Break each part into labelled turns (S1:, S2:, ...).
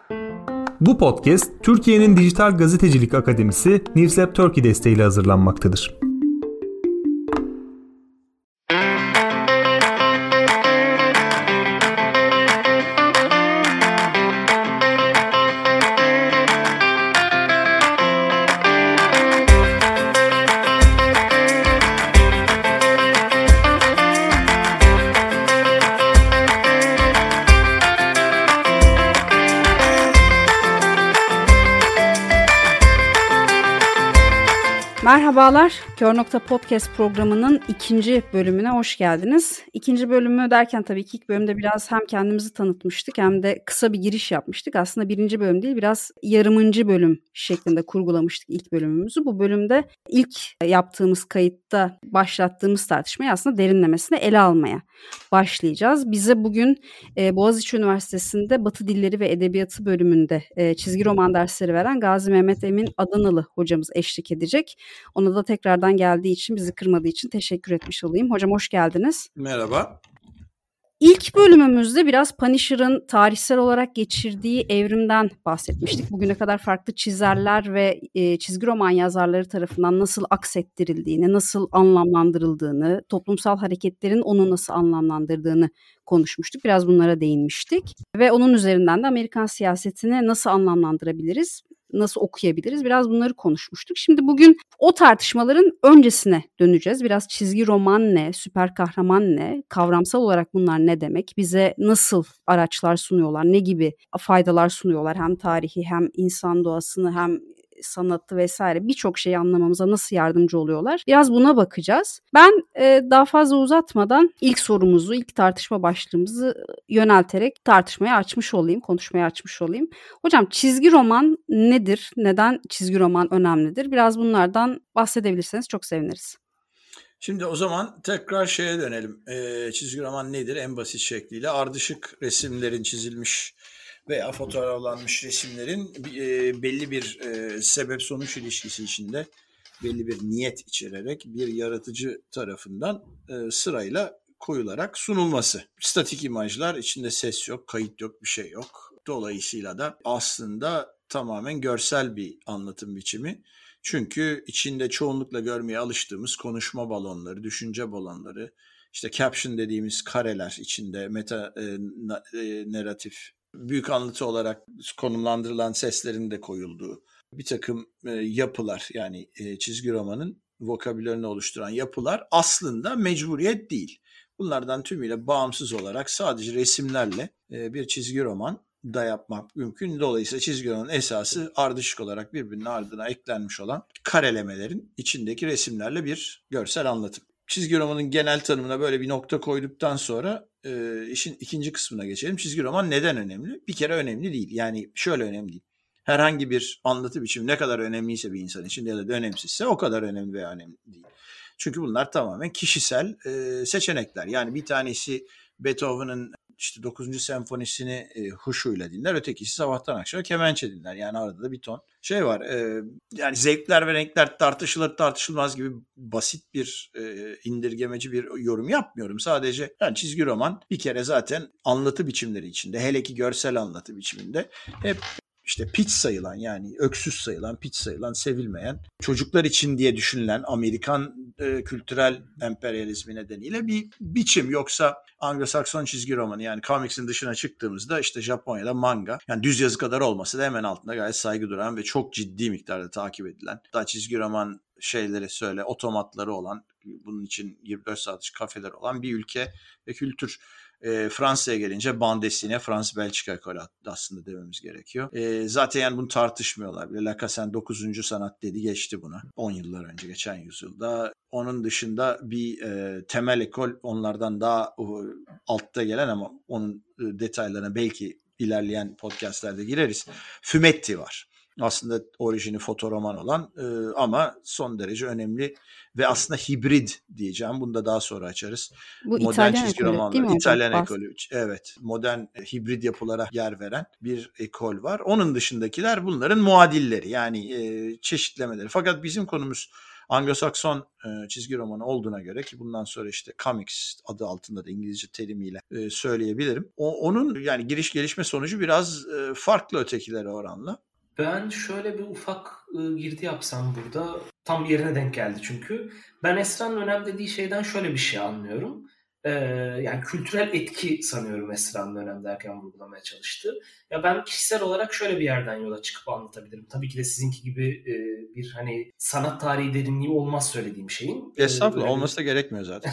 S1: Bu podcast, Türkiye'nin Dijital Gazetecilik Akademisi Newslab Turkey desteğiyle hazırlanmaktadır.
S2: Merhabalar, Kör Nokta Podcast programının ikinci bölümüne hoş geldiniz. İkinci bölümü derken tabii ki ilk bölümde biraz hem kendimizi tanıtmıştık hem de kısa bir giriş yapmıştık. Aslında birinci bölüm değil, biraz yarımıncı bölüm şeklinde kurgulamıştık ilk bölümümüzü. Bu bölümde ilk yaptığımız kayıtta başlattığımız tartışmayı aslında derinlemesine ele almaya başlayacağız. Bize bugün Boğaziçi Üniversitesi'nde Batı Dilleri ve Edebiyatı bölümünde çizgi roman dersleri veren Gazi Mehmet Emin Adanalı hocamız eşlik edecek. Ona da tekrardan geldiği için, bizi kırmadığı için teşekkür etmiş olayım. Hocam hoş geldiniz.
S3: Merhaba.
S2: İlk bölümümüzde biraz Punisher'ın tarihsel olarak geçirdiği evrimden bahsetmiştik. Bugüne kadar farklı çizerler ve çizgi roman yazarları tarafından nasıl aksettirildiğini, nasıl anlamlandırıldığını, toplumsal hareketlerin onu nasıl anlamlandırdığını konuşmuştuk. Biraz bunlara değinmiştik. Ve onun üzerinden de Amerikan siyasetini nasıl anlamlandırabiliriz, nasıl okuyabiliriz? Biraz bunları konuşmuştuk. Şimdi bugün o tartışmaların öncesine döneceğiz. Biraz çizgi roman ne, süper kahraman ne, kavramsal olarak bunlar ne demek, bize nasıl araçlar sunuyorlar, ne gibi faydalar sunuyorlar hem tarihi hem insan doğasını hem sanatı vesaire birçok şeyi anlamamıza nasıl yardımcı oluyorlar? Biraz buna bakacağız. Ben daha fazla uzatmadan ilk sorumuzu, ilk tartışma başlığımızı yönelterek tartışmaya açmış olayım, konuşmaya açmış olayım. Hocam çizgi roman nedir? Neden çizgi roman önemlidir? Biraz bunlardan bahsedebilirseniz çok seviniriz.
S3: Şimdi o zaman tekrar şeye dönelim. Çizgi roman nedir? En basit şekliyle ardışık resimlerin çizilmiş veya fotoğraflanmış resimlerin belli bir sebep-sonuç ilişkisi içinde belli bir niyet içererek bir yaratıcı tarafından sırayla koyularak sunulması. Statik imajlar, içinde ses yok, kayıt yok, bir şey yok. Dolayısıyla da aslında tamamen görsel bir anlatım biçimi. Çünkü içinde çoğunlukla görmeye alıştığımız konuşma balonları, düşünce balonları, işte caption dediğimiz kareler içinde meta narratif, büyük anlatı olarak konumlandırılan seslerin de koyulduğu bir takım yapılar, yani çizgi romanın vokabülerini oluşturan yapılar aslında mecburiyet değil. Bunlardan tümüyle bağımsız olarak sadece resimlerle bir çizgi roman da yapmak mümkün. Dolayısıyla çizgi romanın esası ardışık olarak birbirinin ardına eklenmiş olan karelemelerin içindeki resimlerle bir görsel anlatım. Çizgi romanın genel tanımına böyle bir nokta koyduktan sonra işin ikinci kısmına geçelim. Çizgi roman neden önemli? Bir kere önemli değil. Yani şöyle önemli değil. Herhangi bir anlatı biçimi ne kadar önemliyse bir insan için ya da önemsizse o kadar önemli veya önemli değil. Çünkü bunlar tamamen kişisel seçenekler. Yani bir tanesi Beethoven'ın işte 9. senfonisini huşuyla dinler, ötekisi sabahtan akşama kemençe dinler. Yani arada da bir ton şey var. Yani zevkler ve renkler tartışılır tartışılmaz gibi basit bir indirgemeci bir yorum yapmıyorum. Sadece yani çizgi roman bir kere zaten anlatı biçimleri içinde, hele ki görsel anlatı biçiminde hep işte piç sayılan, yani öksüz sayılan, piç sayılan, sevilmeyen, çocuklar için diye düşünülen Amerikan kültürel emperyalizmi nedeniyle bir biçim. Yoksa Anglo-Sakson çizgi romanı, yani comics'in dışına çıktığımızda işte Japonya'da manga, yani düz yazı kadar olmasa da hemen altında gayet saygı duran ve çok ciddi miktarda takip edilen, daha çizgi roman şeyleri söyle, otomatları olan, bunun için 24 saatlik kafeler olan bir ülke ve kültür. Fransa'ya gelince bandesine Frans-Belçika ekolü aslında dememiz gerekiyor. Zaten yani bunu tartışmıyorlar bile. Lacassagne 9. sanat dedi, geçti buna. 10 yıllar önce, geçen yüzyılda. Onun dışında bir temel ekol onlardan daha altta gelen ama onun detaylarına belki ilerleyen podcastlerde gireriz. Fumetti var. Aslında orijini fotoroman olan ama son derece önemli ve aslında hibrid diyeceğim. Bunu da daha sonra açarız.
S2: Bu modern İtalyan ekolü değil mi?
S3: İtalyan ekolü. Evet. Modern hibrid yapılara yer veren bir ekol var. Onun dışındakiler bunların muadilleri, yani çeşitlemeleri. Fakat bizim konumuz Anglo-Sakson çizgi romanı olduğuna göre, ki bundan sonra işte comics adı altında da İngilizce terimiyle söyleyebilirim. Onun yani giriş gelişme sonucu biraz farklı ötekilere oranla.
S4: Ben şöyle bir ufak girdi yapsam burada, tam yerine denk geldi çünkü. Ben Esra'nın önem dediği şeyden şöyle bir şey anlıyorum. Yani kültürel etki sanıyorum Esra'nın önem derken vurgulamaya çalıştı. Ya ben kişisel olarak şöyle bir yerden yola çıkıp anlatabilirim. Tabii ki de sizinki gibi bir hani sanat tarihi derinliği olmaz söylediğim şeyin.
S3: Estağfurullah, olması da gerekmiyor zaten.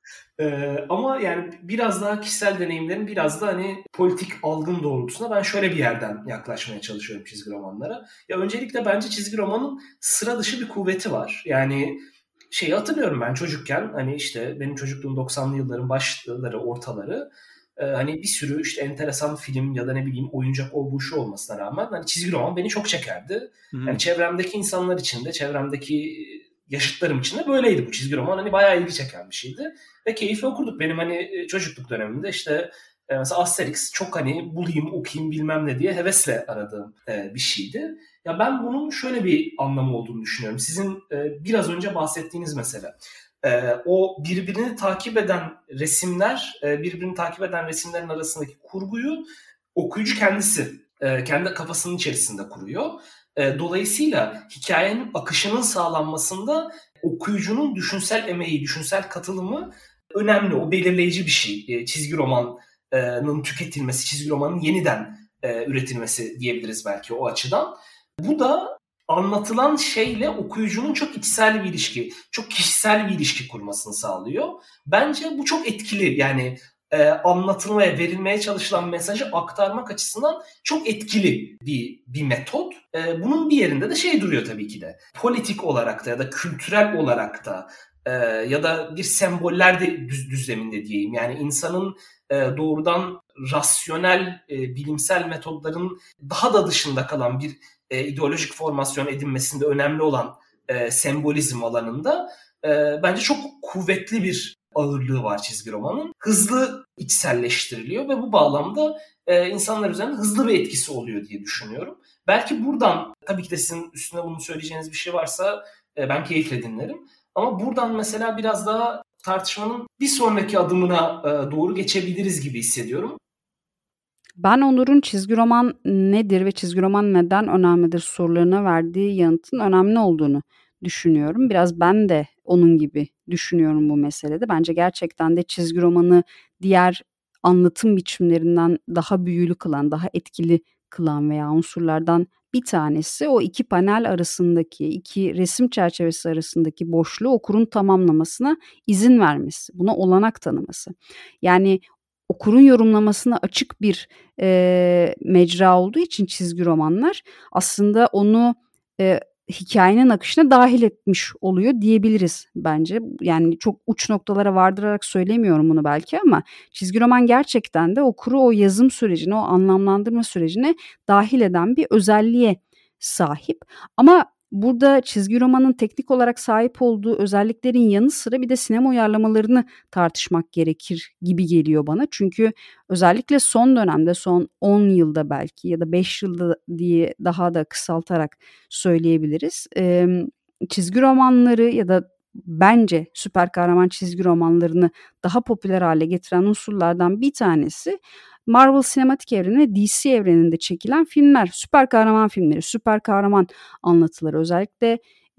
S4: Ama yani biraz daha kişisel deneyimlerim, biraz da hani politik algım doğrultusunda ben şöyle bir yerden yaklaşmaya çalışıyorum çizgi romanlara. Ya öncelikle bence çizgi romanın sıra dışı bir kuvveti var. Yani şeyi hatırlıyorum ben çocukken, hani işte benim çocukluğum 90'lı yılların başları, ortaları. Hani bir sürü işte enteresan film ya da ne bileyim oyuncak o bu şu olmasına rağmen hani çizgi roman beni çok çekerdi. Yani çevremdeki insanlar için de, çevremdeki yaşıtlarım için de böyleydi bu çizgi roman. Hani bayağı ilgi çeken bir şeydi. Ve keyifle okurduk. Benim hani çocukluk dönemimde işte mesela Asterix çok hani bulayım, okuyayım bilmem ne diye hevesle aradığım bir şeydi. Ya ben bunun şöyle bir anlamı olduğunu düşünüyorum. Sizin biraz önce bahsettiğiniz mesele. O birbirini takip eden resimler, birbirini takip eden resimlerin arasındaki kurguyu okuyucu kendisi kendi kafasının içerisinde kuruyor. Dolayısıyla hikayenin akışının sağlanmasında okuyucunun düşünsel emeği, düşünsel katılımı önemli. O belirleyici bir şey. Çizgi romanın tüketilmesi, çizgi romanın yeniden üretilmesi diyebiliriz belki o açıdan. Bu da anlatılan şeyle okuyucunun çok içsel bir ilişki, çok kişisel bir ilişki kurmasını sağlıyor. Bence bu çok etkili. Yani anlatılmaya, verilmeye çalışılan mesajı aktarmak açısından çok etkili bir metot. Bunun bir yerinde de şey duruyor tabii ki de. Politik olarak da ya da kültürel olarak da ya da bir semboller de düzleminde diyeyim. Yani insanın doğrudan rasyonel, bilimsel metodların daha da dışında kalan bir ideolojik formasyon edinmesinde önemli olan sembolizm alanında bence çok kuvvetli bir ağırlığı var çizgi romanın. Hızlı içselleştiriliyor ve bu bağlamda insanlar üzerinde hızlı bir etkisi oluyor diye düşünüyorum. Belki buradan, tabii ki de sizin üstüne bunu söyleyeceğiniz bir şey varsa ben keyifle dinlerim. Ama buradan mesela biraz daha tartışmanın bir sonraki adımına doğru geçebiliriz gibi hissediyorum.
S2: Ben Onur'un çizgi roman nedir ve çizgi roman neden önemlidir sorularına verdiği yanıtın önemli olduğunu düşünüyorum. Biraz ben de onun gibi düşünüyorum bu meselede. Bence gerçekten de çizgi romanı diğer anlatım biçimlerinden daha büyülü kılan, daha etkili kılan veya unsurlardan bir tanesi o iki panel arasındaki, iki resim çerçevesi arasındaki boşluğu okurun tamamlamasına izin vermesi, buna olanak tanıması. Yani okurun yorumlamasına açık bir mecra olduğu için çizgi romanlar aslında onu hikayenin akışına dahil etmiş oluyor diyebiliriz bence. Yani çok uç noktalara vardırarak söylemiyorum bunu belki ama çizgi roman gerçekten de okuru o yazım sürecine, o anlamlandırma sürecine dahil eden bir özelliğe sahip. Ama burada çizgi romanın teknik olarak sahip olduğu özelliklerin yanı sıra bir de sinema uyarlamalarını tartışmak gerekir gibi geliyor bana. Çünkü özellikle son dönemde, son 10 yılda belki ya da 5 yılda diye daha da kısaltarak söyleyebiliriz. Çizgi romanları ya da bence süper kahraman çizgi romanlarını daha popüler hale getiren unsurlardan bir tanesi Marvel sinematik evreni ve DC evreninde çekilen filmler, süper kahraman filmleri, süper kahraman anlatıları. Özellikle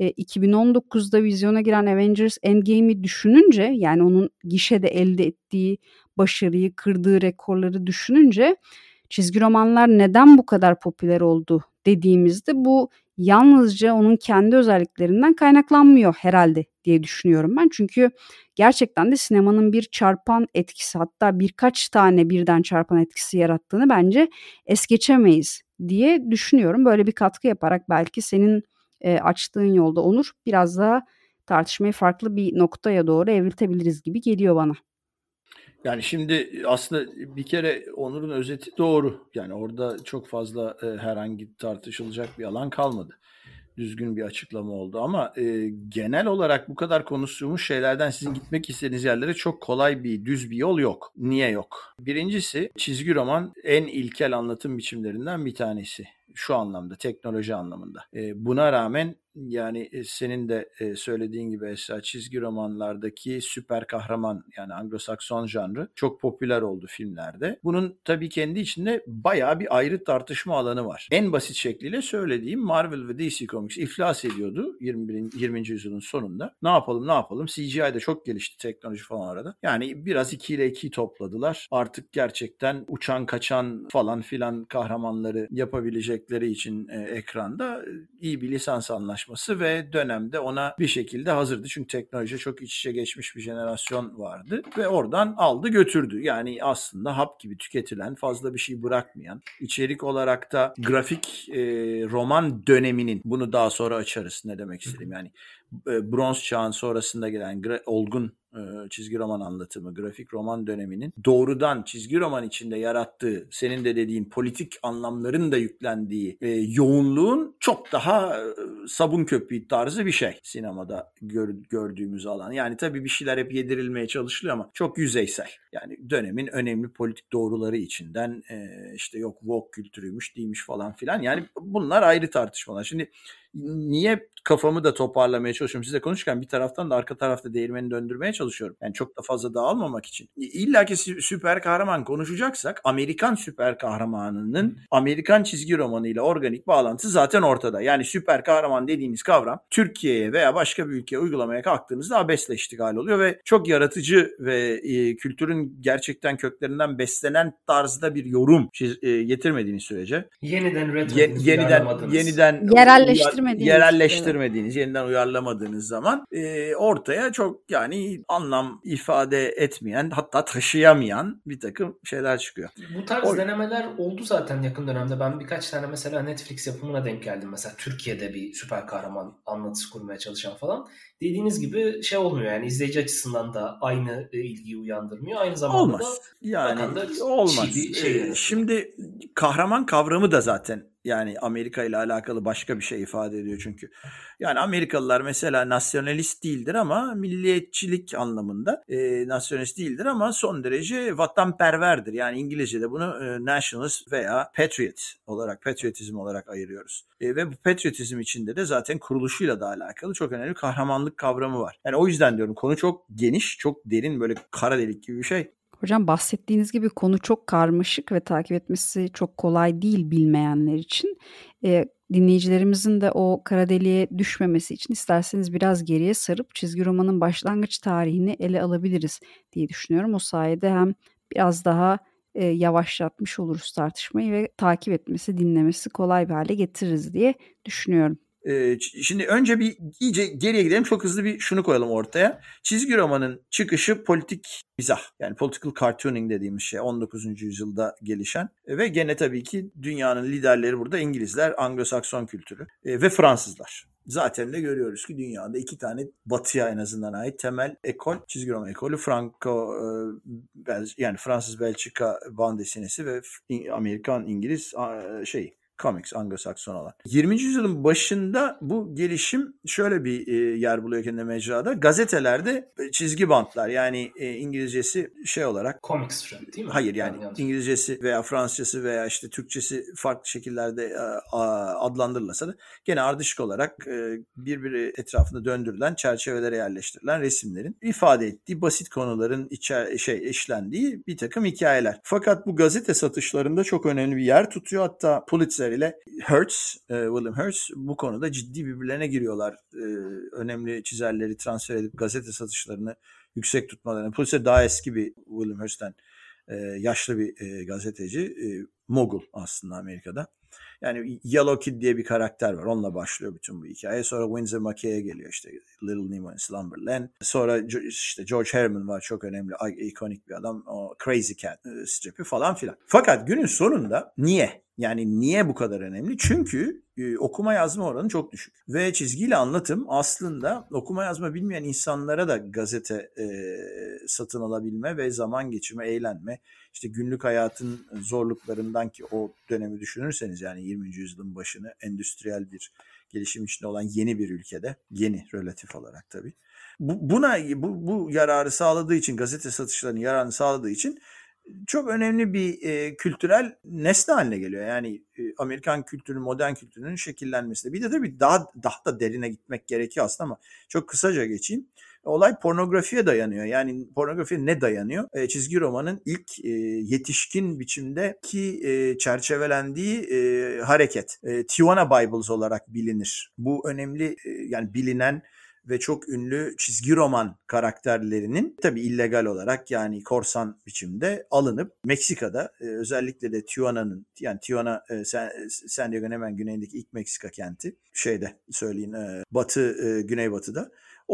S2: 2019'da vizyona giren Avengers Endgame'i düşününce, yani onun gişede elde ettiği başarıyı, kırdığı rekorları düşününce çizgi romanlar neden bu kadar popüler oldu dediğimizde bu yalnızca onun kendi özelliklerinden kaynaklanmıyor herhalde diye düşünüyorum ben. Çünkü gerçekten de sinemanın bir çarpan etkisi, hatta birkaç tane birden çarpan etkisi yarattığını bence es geçemeyiz diye düşünüyorum. Böyle bir katkı yaparak belki senin açtığın yolda Onur biraz daha tartışmayı farklı bir noktaya doğru evriltebiliriz gibi geliyor bana.
S3: Yani şimdi aslında bir kere Onur'un özeti doğru. Yani orada çok fazla herhangi tartışılacak bir alan kalmadı. Düzgün bir açıklama oldu ama genel olarak bu kadar konuştuğumuz şeylerden sizin gitmek istediğiniz yerlere çok kolay bir düz bir yol yok. Niye yok? Birincisi, çizgi roman en ilkel anlatım biçimlerinden bir tanesi. Şu anlamda, teknoloji anlamında. Buna rağmen Yani senin de söylediğin gibi Esra, çizgi romanlardaki süper kahraman, yani Anglo-Sakson janrı çok popüler oldu filmlerde. Bunun tabii kendi içinde bayağı bir ayrı tartışma alanı var. En basit şekliyle söylediğim, Marvel ve DC Comics iflas ediyordu 20. yüzyılın sonunda. Ne yapalım? CGI'de çok gelişti, teknoloji falan arada. Yani biraz 2 ile 2'yi topladılar. Artık gerçekten uçan kaçan falan filan kahramanları yapabilecekleri için ekranda iyi bir lisans anlaşması ve dönemde ona bir şekilde hazırdı. Çünkü teknoloji çok iç içe geçmiş bir jenerasyon vardı ve oradan aldı götürdü. Yani aslında hap gibi tüketilen, fazla bir şey bırakmayan, içerik olarak da grafik roman döneminin, bunu daha sonra açarız ne demek istediğim, yani Bronz Çağ'ın sonrasında gelen olgun çizgi roman anlatımı, grafik roman döneminin doğrudan çizgi roman içinde yarattığı, senin de dediğin politik anlamların da yüklendiği yoğunluğun çok daha sabun köpüğü tarzı bir şey sinemada gördüğümüz alan. Yani tabii bir şeyler hep yedirilmeye çalışılıyor ama çok yüzeysel. Yani dönemin önemli politik doğruları içinden işte yok woke kültürüymüş değilmiş falan filan. Yani bunlar ayrı tartışmalar. Şimdi niye kafamı da toparlamaya çalışıyorum sizle konuşurken, bir taraftan da arka tarafta değirmeni döndürmeye çalışıyorum. Yani çok da fazla dağılmamak için. İlla ki süper kahraman konuşacaksak, Amerikan süper kahramanının Amerikan çizgi romanıyla organik bağlantısı zaten ortada. Yani süper kahraman dediğiniz kavram Türkiye'ye veya başka bir ülkeye uygulamaya kalktığınızda abesle iştigal oluyor ve çok yaratıcı ve kültürün gerçekten köklerinden beslenen tarzda bir yorum getirmediğiniz sürece, yeniden yerelleştirmediğiniz, yeniden uyarlamadığınız zaman ortaya çok yani anlam ifade etmeyen, hatta taşıyamayan bir takım şeyler çıkıyor.
S4: Bu tarz denemeler oldu zaten yakın dönemde. Ben birkaç tane mesela Netflix yapımına denk geldim. Mesela Türkiye'de bir süper kahraman anlatısı kurmaya çalışan falan. Dediğiniz gibi şey olmuyor, yani izleyici açısından da aynı ilgiyi uyandırmıyor. Aynı zamanda
S3: olmaz. Yani olmaz. Şimdi kahraman kavramı da zaten yani Amerika ile alakalı başka bir şey ifade ediyor çünkü. Yani Amerikalılar mesela nasyonalist değildir ama milliyetçilik anlamında nasyonalist değildir ama son derece vatanperverdir. Yani İngilizce'de bunu nationalist veya patriotizm olarak ayırıyoruz. Ve bu patriotizm içinde de zaten kuruluşuyla da alakalı çok önemli kahramanlık kavramı var. Yani o yüzden diyorum, konu çok geniş, çok derin, böyle kara delik gibi bir şey.
S2: Hocam bahsettiğiniz gibi konu çok karmaşık ve takip etmesi çok kolay değil bilmeyenler için. Dinleyicilerimizin de o kara deliğe düşmemesi için isterseniz biraz geriye sarıp çizgi romanın başlangıç tarihini ele alabiliriz diye düşünüyorum. O sayede hem biraz daha yavaşlatmış oluruz tartışmayı ve takip etmesi, dinlemesi kolay bir hale getiririz diye düşünüyorum.
S3: Şimdi önce bir iyice geriye gidelim. Çok hızlı bir şunu koyalım ortaya. Çizgi romanın çıkışı politik mizah, yani political cartooning dediğimiz şey 19. yüzyılda gelişen ve gene tabii ki dünyanın liderleri burada İngilizler, Anglo-Sakson kültürü ve Fransızlar. Zaten de görüyoruz ki dünyada 2 tane batıya en azından ait temel ekol, çizgi roman ekolü, yani Fransız Belçika band desinesi ve Amerikan İngiliz Comics, Anglo-Sakson olan. 20. yüzyılın başında bu gelişim şöyle bir yer buluyor kendine mecrada. Gazetelerde çizgi bantlar, yani İngilizcesi olarak
S4: comic strip değil mi?
S3: Hayır, yani İngilizcesi veya Fransızcası veya işte Türkçesi farklı şekillerde adlandırılsa da gene ardışık olarak birbiri etrafında döndürülen, çerçevelere yerleştirilen resimlerin ifade ettiği basit konuların işlendiği bir takım hikayeler. Fakat bu gazete satışlarında çok önemli bir yer tutuyor. Hatta Pulitzer ile William Hearst bu konuda ciddi birbirlerine giriyorlar. Önemli çizerleri transfer edip gazete satışlarını yüksek tutmalarını. Pulitzer daha eski bir William Hearst'ten yaşlı bir gazeteci. Mogul aslında Amerika'da. Yani Yellow Kid diye bir karakter var. Onunla başlıyor bütün bu hikaye. Sonra Winsor McCay'e geliyor, işte Little Nemo in Slumberland. Sonra işte George Herman var, çok önemli, ikonik bir adam. O Crazy Cat stripi falan filan. Fakat günün sonunda niye? Yani niye bu kadar önemli? Çünkü okuma yazma oranı çok düşük. Ve çizgiyle anlatım aslında okuma yazma bilmeyen insanlara da gazete satın alabilme ve zaman geçirme, eğlenme, işte günlük hayatın zorluklarından, ki o dönemi düşünürseniz yani 20. yüzyılın başını endüstriyel bir gelişim içinde olan yeni bir ülkede, yeni relatif olarak tabii. Bu yararı sağladığı için, gazete satışlarının yararını sağladığı için çok önemli bir kültürel nesne haline geliyor. Yani Amerikan kültürünün, modern kültürünün şekillenmesi. Bir de tabii daha da derine gitmek gerekiyor aslında ama çok kısaca geçeyim. Olay pornografiye dayanıyor. Yani pornografiye ne dayanıyor? Çizgi romanın ilk yetişkin biçimdeki çerçevelendiği hareket. Tijuana Bibles olarak bilinir. Bu önemli yani bilinen ve çok ünlü çizgi roman karakterlerinin tabii illegal olarak yani korsan biçimde alınıp Meksika'da özellikle de Tijuana'nın yani Tijuana San Diego'nun hemen güneyindeki ilk Meksika kenti şeyde söyleyeyim güneybatıda.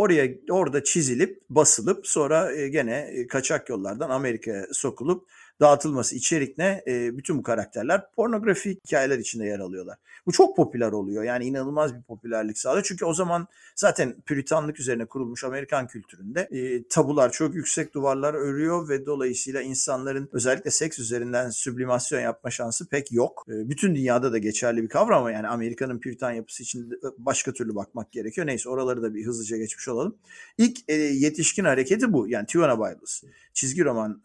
S3: Orada çizilip basılıp sonra gene kaçak yollardan Amerika'ya sokulup dağıtılması içerikle bütün bu karakterler pornografik hikayeler içinde yer alıyorlar. Bu çok popüler oluyor. Yani inanılmaz bir popülerlik sağlıyor. Çünkü o zaman zaten Püritanlık üzerine kurulmuş Amerikan kültüründe tabular çok yüksek duvarlar örüyor ve dolayısıyla insanların özellikle seks üzerinden süblimasyon yapma şansı pek yok. Bütün dünyada da geçerli bir kavram ama yani Amerika'nın Püritan yapısı için başka türlü bakmak gerekiyor. Neyse oraları da bir hızlıca geçmiş olalım. İlk yetişkin hareketi bu. Yani Tijuana Bibles. Çizgi roman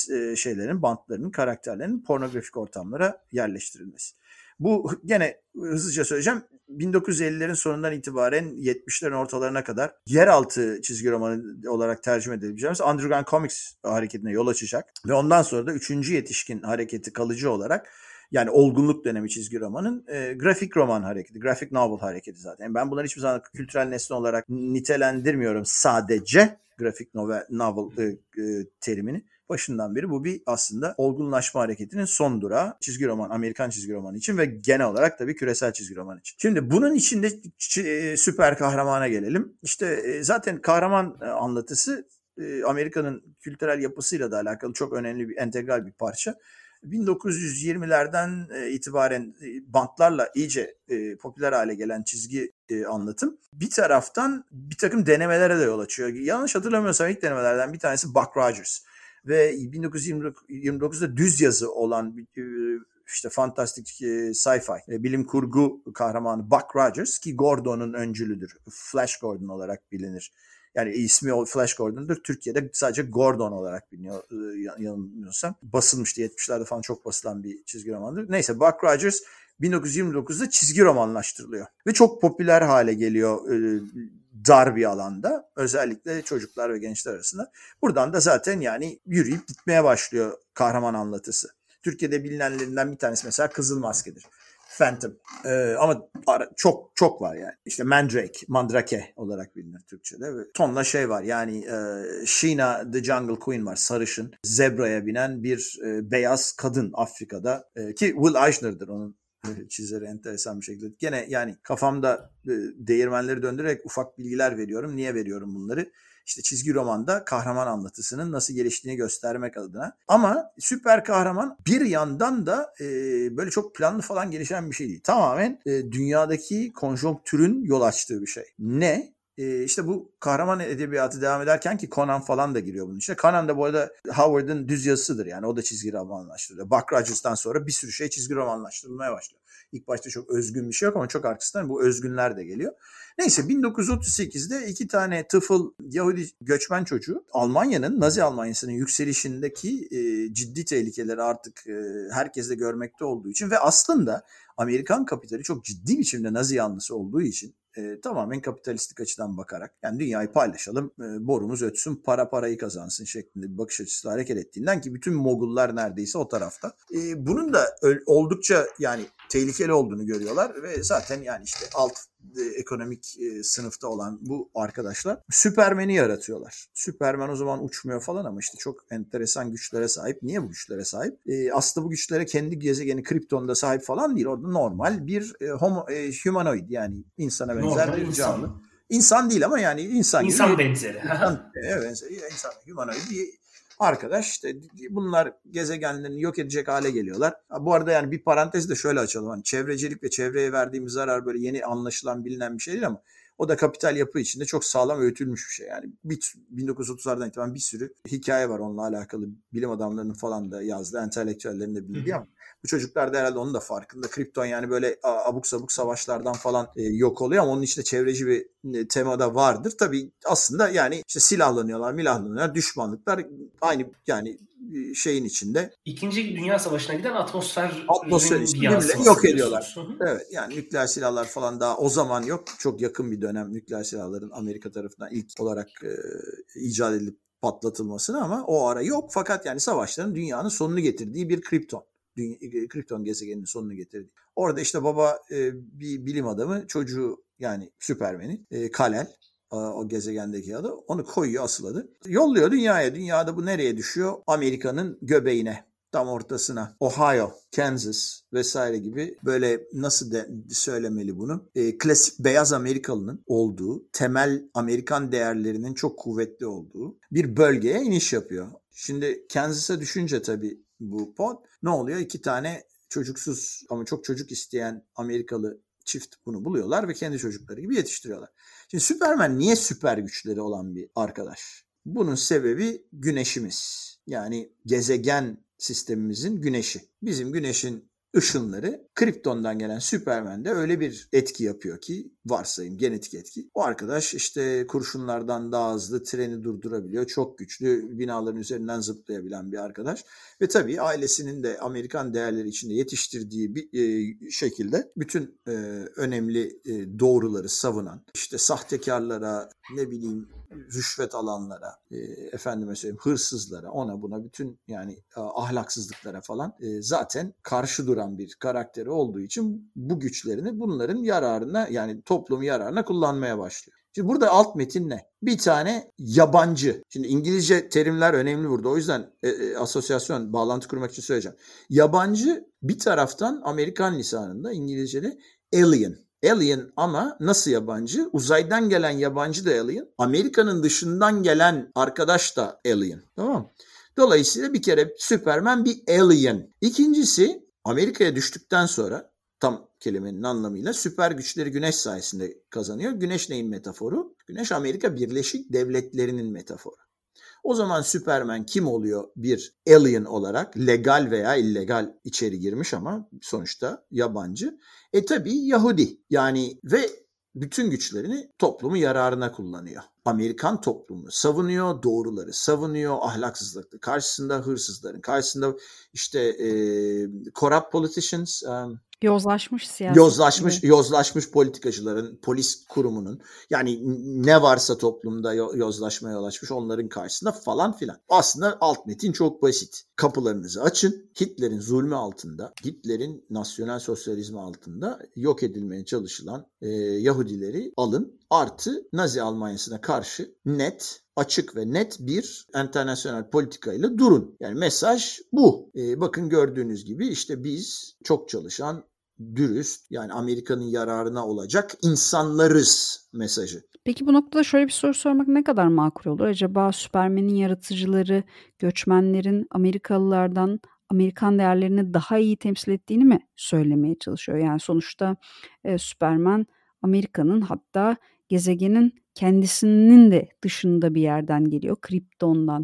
S3: bantlarının, karakterlerinin pornografik ortamlara yerleştirilmesi. Bu gene hızlıca söyleyeceğim. 1950'lerin sonundan itibaren 70'lerin ortalarına kadar yeraltı çizgi romanı olarak tercüme edebileceğimiz Underground Comics hareketine yol açacak. Ve ondan sonra da 3. yetişkin hareketi kalıcı olarak yani olgunluk dönemi çizgi romanın grafik roman hareketi, graphic novel hareketi zaten. Yani ben bunları hiçbir zaman kültürel nesne olarak nitelendirmiyorum sadece graphic novel terimini. Başından beri bu bir aslında olgunlaşma hareketinin son durağı çizgi roman, Amerikan çizgi romanı için ve genel olarak tabii küresel çizgi roman için. Şimdi bunun içinde süper kahramana gelelim. İşte zaten kahraman anlatısı Amerika'nın kültürel yapısıyla da alakalı çok önemli bir entegral bir parça. 1920'lerden itibaren bantlarla iyice popüler hale gelen çizgi anlatım bir taraftan bir takım denemelere de yol açıyor. Yanlış hatırlamıyorsam ilk denemelerden bir tanesi Buck Rogers. Ve 1929'da düz yazı olan işte fantastik sci-fi bilim kurgu kahramanı Buck Rogers ki Gordon'un öncülüdür. Flash Gordon olarak bilinir. Yani ismi Flash Gordon'dur. Türkiye'de sadece Gordon olarak biliniyor yanılmıyorsam. Basılmıştı 70'lerde falan çok basılan bir çizgi romandır. Neyse Buck Rogers 1929'da çizgi romanlaştırılıyor. Ve çok popüler hale geliyor dar bir alanda. Özellikle çocuklar ve gençler arasında. Buradan da zaten yani yürüyüp gitmeye başlıyor kahraman anlatısı. Türkiye'de bilinenlerinden bir tanesi mesela Kızıl Maske'dir. Phantom. Ama çok var yani. İşte Mandrake olarak bilinir Türkçe'de. Ve tonla şey var yani Sheena the Jungle Queen var. Sarışın. Zebraya binen bir beyaz kadın Afrika'da. Ki Will Eisner'dır onun çizeri enteresan bir şekilde. Gene yani kafamda değirmenleri döndürerek ufak bilgiler veriyorum. Niye veriyorum bunları? İşte çizgi romanda kahraman anlatısının nasıl geliştiğini göstermek adına. Ama süper kahraman bir yandan da böyle çok planlı falan gelişen bir şey değil. Tamamen dünyadaki konjonktürün yol açtığı bir şey. Ne? İşte bu kahraman edebiyatı devam ederken ki Conan falan da giriyor bunun içine. Conan da bu arada Howard'ın düz yazısıdır yani. O da çizgi romanlaştırılıyor. Buck Rogers'tan sonra bir sürü şey çizgi romanlaştırılmaya başlıyor. İlk başta çok özgün bir şey yok ama çok arkasından bu özgünler de geliyor. Neyse 1938'de iki tane tıfıl Yahudi göçmen çocuğu Almanya'nın, Nazi Almanya'sının yükselişindeki ciddi tehlikeleri artık herkes de görmekte olduğu için ve aslında Amerikan kapitali çok ciddi biçimde Nazi yanlısı olduğu için tamamen kapitalistik açıdan bakarak yani dünyayı paylaşalım, borumuz ötsün, parayı kazansın şeklinde bir bakış açısı hareket ettiğinden ki bütün Mogullar neredeyse o tarafta. Bunun da oldukça yani tehlikeli olduğunu görüyorlar ve zaten yani işte alt ekonomik sınıfta olan bu arkadaşlar Süpermen'i yaratıyorlar. Süpermen o zaman uçmuyor falan ama işte çok enteresan güçlere sahip. Niye bu güçlere sahip? Aslında bu güçlere kendi gezegeni Krypton'da sahip falan değil. Orada normal bir humanoid yani insana benzer bir canlı. İnsan değil ama yani insan gibi.
S4: İnsan benzeri.
S3: Evet, insan humanoid bir arkadaş işte bunlar gezegenlerini yok edecek hale geliyorlar. Bu arada yani bir parantezi de şöyle açalım. Hani çevrecilik ve çevreye verdiğimiz zarar böyle yeni anlaşılan bilinen bir şey değil ama o da kapital yapı içinde çok sağlam öğütülmüş bir şey. Yani 1930'lardan itibaren bir sürü hikaye var onunla alakalı bilim adamlarının falan da yazdığı, entelektüellerin de bildiği ama Bu çocuklar da herhalde onun da farkında. Krypton yani böyle abuk sabuk savaşlardan falan yok oluyor ama onun içinde çevreci bir tema da vardır. Tabii aslında yani işte silahlanıyorlar, düşmanlıklar aynı yani şeyin içinde.
S4: İkinci Dünya Savaşı'na giden atmosferin
S3: bir yansıması yok ediyorlar. Evet yani nükleer silahlar falan daha o zaman yok. Çok yakın bir dönem nükleer silahların Amerika tarafından ilk olarak icat edilip patlatılmasını ama o ara yok. Fakat yani savaşların dünyanın sonunu getirdiği bir Krypton. Krypton gezegeninin sonunu getirdiği. Orada işte baba bir bilim adamı çocuğu yani Süpermen'i Kal-El o gezegendeki adı onu koyuyor asıl adı. Yolluyor dünyaya. Dünyada bu nereye düşüyor? Amerika'nın göbeğine. Tam ortasına. Ohio, Kansas vesaire gibi böyle nasıl söylemeli bunu? Klasik beyaz Amerikalının olduğu, temel Amerikan değerlerinin çok kuvvetli olduğu bir bölgeye iniş yapıyor. Şimdi Kansas'a düşünce tabii bu pod ne oluyor? 2 tane çocuksuz ama çok çocuk isteyen Amerikalı çift bunu buluyorlar ve kendi çocukları gibi yetiştiriyorlar. Şimdi Süperman niye süper güçleri olan bir arkadaş? Bunun sebebi güneşimiz. Yani gezegen sistemimizin güneşi. Bizim güneşin ışınları Krypton'dan gelen Süpermen'de öyle bir etki yapıyor ki varsayım genetik etki. O arkadaş işte kurşunlardan daha hızlı treni durdurabiliyor. Çok güçlü binaların üzerinden zıplayabilen bir arkadaş. Ve tabii ailesinin de Amerikan değerleri içinde yetiştirdiği bir şekilde bütün önemli doğruları savunan işte sahtekarlara ne bileyim rüşvet alanlara, efendime söyleyeyim hırsızlara, ona buna bütün yani ahlaksızlıklara falan zaten karşı duran bir karakteri olduğu için bu güçlerini bunların yararına yani toplum yararına kullanmaya başlıyor. Şimdi burada alt metin ne? Bir tane yabancı. Şimdi İngilizce terimler önemli burada. O yüzden asosyasyon, bağlantı kurmak için söyleyeceğim. Yabancı bir taraftan Amerikan lisanında İngilizce'de alien. Alien ama nasıl yabancı? Uzaydan gelen yabancı da alien. Amerika'nın dışından gelen arkadaş da alien. Tamam mı? Dolayısıyla bir kere Süperman bir alien. İkincisi Amerika'ya düştükten sonra tam kelimenin anlamıyla süper güçleri güneş sayesinde kazanıyor. Güneş neyin metaforu? Güneş Amerika Birleşik Devletleri'nin metaforu. O zaman Süperman kim oluyor? Bir alien olarak legal veya illegal içeri girmiş ama sonuçta yabancı. Tabii Yahudi yani ve bütün güçlerini toplumu yararına kullanıyor. Amerikan toplumunu savunuyor, doğruları savunuyor, ahlaksızlıklı karşısında hırsızların karşısında işte corrupt politicians,
S2: Yozlaşmış siyaset.
S3: Yozlaşmış politikacıların, polis kurumunun yani ne varsa toplumda yozlaşmaya yol açmış onların karşısında falan filan. Aslında alt metin çok basit. Kapılarınızı açın. Hitler'in zulmü altında, Hitler'in nasyonel sosyalizmi altında yok edilmeye çalışılan Yahudileri alın. Artı Nazi Almanyası'na karşı net, açık ve net bir internasyonel politikayla durun. Yani mesaj bu. Bakın gördüğünüz gibi işte biz çok çalışan, dürüst yani Amerika'nın yararına olacak insanlarız mesajı.
S2: Peki bu noktada şöyle bir soru sormak ne kadar makul olur? Acaba Süpermen'in yaratıcıları göçmenlerin Amerikalılardan Amerikan değerlerini daha iyi temsil ettiğini mi söylemeye çalışıyor? Yani sonuçta Süperman Amerika'nın hatta gezegenin kendisinin de dışında bir yerden geliyor. Krypton'dan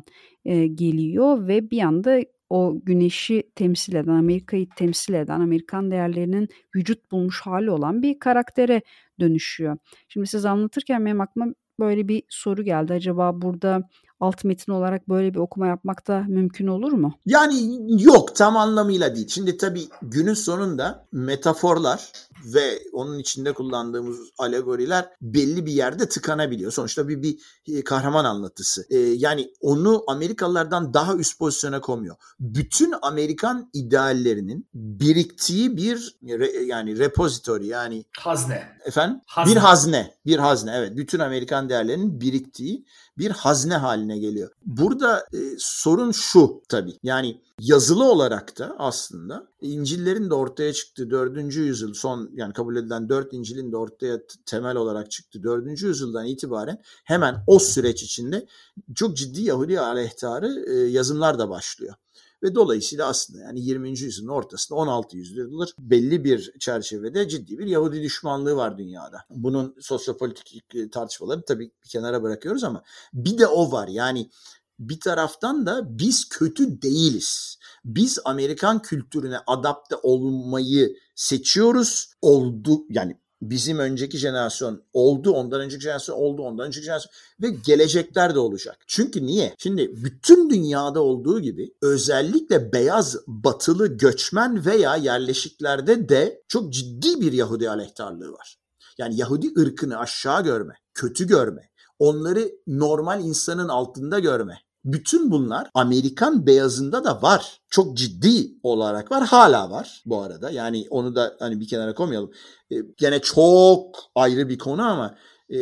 S2: geliyor ve bir anda o güneşi temsil eden, Amerika'yı temsil eden, Amerikan değerlerinin vücut bulmuş hali olan bir karaktere dönüşüyor. Şimdi siz anlatırken benim aklıma böyle bir soru geldi. Acaba burada alt metin olarak böyle bir okuma yapmak da mümkün olur mu?
S3: Yani yok tam anlamıyla değil. Şimdi tabii günün sonunda metaforlar ve onun içinde kullandığımız alegoriler belli bir yerde tıkanabiliyor. Sonuçta bir kahraman anlatısı. Yani onu Amerikalılardan daha üst pozisyona koymuyor. Bütün Amerikan ideallerinin biriktiği bir yani repository yani
S4: hazne.
S3: Efendim?
S4: Hazne.
S3: Bir hazne. Evet. Bütün Amerikan değerlerinin biriktiği bir hazne haline geliyor. Burada sorun şu tabii. Yani yazılı olarak da aslında İncil'lerin de ortaya çıktığı 4. yüzyıl son yani kabul edilen 4 İncil'in de ortaya temel olarak çıktığı 4. yüzyıldan itibaren hemen o süreç içinde çok ciddi Yahudi aleyhtarı yazımlar da başlıyor. Ve dolayısıyla aslında yani 20. yüzyılın ortasında 16 yüzyıldır belli bir çerçevede ciddi bir Yahudi düşmanlığı var dünyada. Bunun sosyopolitik tartışmaları tabii bir kenara bırakıyoruz ama bir de o var. Yani bir taraftan da biz kötü değiliz. Biz Amerikan kültürüne adapte olmayı seçiyoruz. Yani bizim önceki jenerasyon oldu, ondan önceki jenerasyon oldu, ondan önceki jenerasyon ve gelecekler de olacak. Çünkü niye? Şimdi bütün dünyada olduğu gibi özellikle beyaz, batılı, göçmen veya yerleşiklerde de çok ciddi bir Yahudi aleyhtarlığı var. Yani Yahudi ırkını aşağı görme, kötü görme, onları normal insanın altında görme. Bütün bunlar Amerikan beyazında da var. Çok ciddi olarak var. Hala var bu arada. Yani onu da hani bir kenara koymayalım. Gene çok ayrı bir konu ama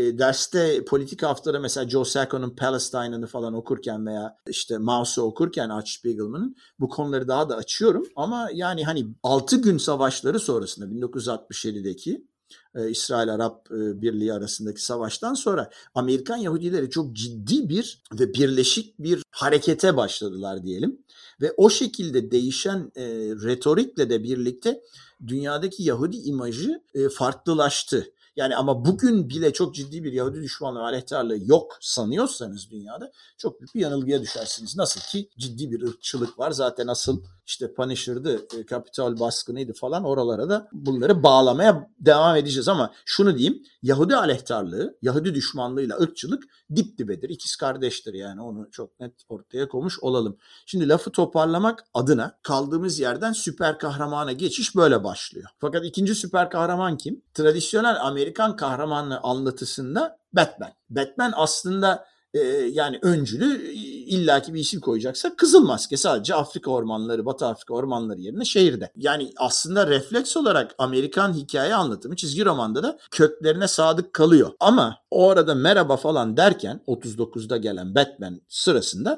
S3: derste politik haftada mesela Joe Sacco'nun Palestine'ını falan okurken veya işte Mauss'u okurken Art Spiegelman'ın bu konuları daha da açıyorum. Ama yani hani 6 gün savaşları sonrasında 1967'deki İsrail-Arap Birliği arasındaki savaştan sonra Amerikan Yahudileri çok ciddi bir ve birleşik bir harekete başladılar diyelim. Ve o şekilde değişen retorikle de birlikte dünyadaki Yahudi imajı farklılaştı. Yani ama bugün bile çok ciddi bir Yahudi düşmanlığı, aleyhtarlığı yok sanıyorsanız dünyada çok büyük bir yanılgıya düşersiniz. Nasıl ki ciddi bir ırkçılık var. Zaten asıl işte Punisher'dı, Kapitol baskınıydı falan, oralara da bunları bağlamaya devam edeceğiz. Ama şunu diyeyim, Yahudi aleyhtarlığı, Yahudi düşmanlığıyla ırkçılık dip dibedir. İkiz kardeştir yani, onu çok net ortaya koymuş olalım. Şimdi lafı toparlamak adına kaldığımız yerden süper kahramana geçiş böyle başlıyor. Fakat ikinci süper kahraman kim? Tradisyonel Amerikan kahramanlığı anlatısında Batman. Batman aslında yani öncülü, illaki bir isim koyacaksa Kızıl Maske, sadece Afrika ormanları, Batı Afrika ormanları yerine şehirde. Yani aslında refleks olarak Amerikan hikaye anlatımı çizgi romanda da köklerine sadık kalıyor. Ama o arada merhaba falan derken 39'da gelen Batman sırasında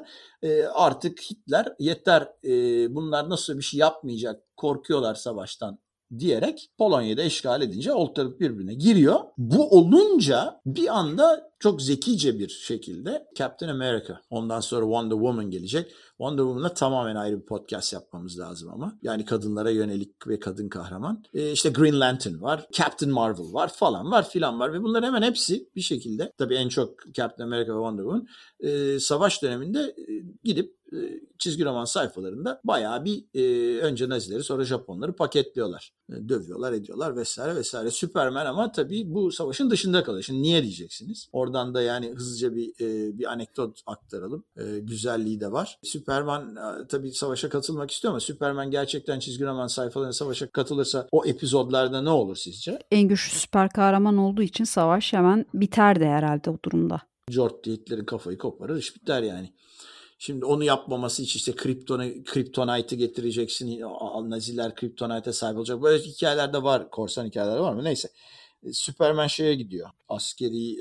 S3: artık Hitler yeter, bunlar nasıl bir şey yapmayacak, korkuyorlar savaştan diyerek Polonya'da işgal edince ortalık birbirine giriyor. Bu olunca bir anda çok zekice bir şekilde Captain America, ondan sonra Wonder Woman gelecek. Wonder Woman'la tamamen ayrı bir podcast yapmamız lazım ama. Yani kadınlara yönelik ve kadın kahraman. İşte Green Lantern var, Captain Marvel var falan var filan var ve bunların hemen hepsi bir şekilde, tabii en çok Captain America ve Wonder Woman savaş döneminde gidip çizgi roman sayfalarında bayağı bir önce Nazileri sonra Japonları paketliyorlar. Dövüyorlar, ediyorlar vesaire vesaire. Superman ama tabii bu savaşın dışında kalıyor. Şimdi niye diyeceksiniz? Oradan da yani hızlıca bir anekdot aktaralım. Güzelliği de var. Superman tabii savaşa katılmak istiyor ama Superman gerçekten çizgi roman sayfalarına savaşa katılırsa o epizodlarda ne olur sizce?
S2: En güçlü süper kahraman olduğu için savaş hemen biterdi herhalde o durumda.
S3: George Hitler'in kafayı koparır, iş biter yani. Şimdi onu yapmaması için işte Kryptonite'ı getireceksin. Naziler Kryptonite'e sahip olacak. Böyle hikayeler de var. Korsan hikayeler var mı? Neyse. Superman şeye gidiyor. Askeri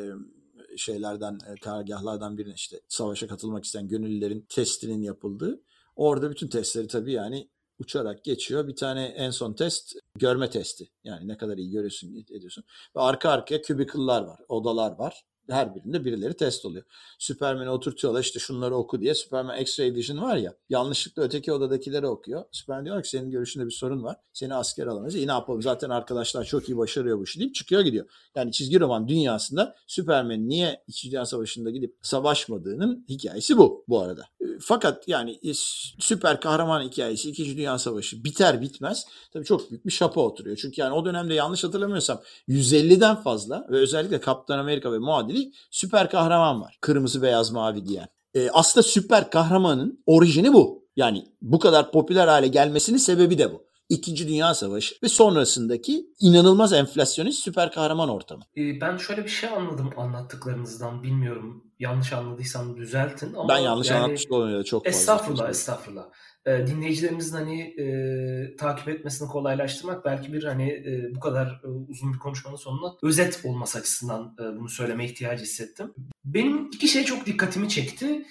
S3: şeylerden, karargahlardan birine, işte savaşa katılmak isteyen gönüllülerin testinin yapıldığı. Orada bütün testleri tabii yani uçarak geçiyor. Bir tane en son test görme testi. Yani ne kadar iyi görüyorsun, ediyorsun. Ve arka arkaya cubicle'lar var. Odalar var. Her birinde birileri test oluyor. Superman'i oturtuyorlar, işte şunları oku diye. Superman X-Ray Vision var ya, yanlışlıkla öteki odadakileri okuyor. Superman diyor ki senin görüşünde bir sorun var. Seni asker alamayız. Ne yapalım, zaten arkadaşlar çok iyi başarıyor bu işi deyip çıkıyor gidiyor. Yani çizgi roman dünyasında Superman'in niye İkinci Dünya Savaşı'nda gidip savaşmadığının hikayesi bu arada. Fakat yani süper kahraman hikayesi İkinci Dünya Savaşı biter bitmez tabii çok büyük bir şapa oturuyor. Çünkü yani o dönemde yanlış hatırlamıyorsam 150'den fazla ve özellikle Kaptan Amerika ve muadili süper kahraman var. Kırmızı, beyaz, mavi giyen. Aslında süper kahramanın orijini bu. Yani bu kadar popüler hale gelmesinin sebebi de bu. İkinci Dünya Savaşı ve sonrasındaki inanılmaz enflasyonist süper kahraman ortamı.
S4: Ben şöyle bir şey anladım anlattıklarınızdan. Bilmiyorum, yanlış anladıysam düzeltin. Ama
S3: ben yanlış anlatmış olmuyor çok fazla.
S4: Estağfurullah. Dinleyicilerimizin hani takip etmesini kolaylaştırmak, belki bir hani bu kadar uzun bir konuşmanın sonuna özet olması açısından bunu söyleme ihtiyacı hissettim. Benim iki şey çok dikkatimi çekti.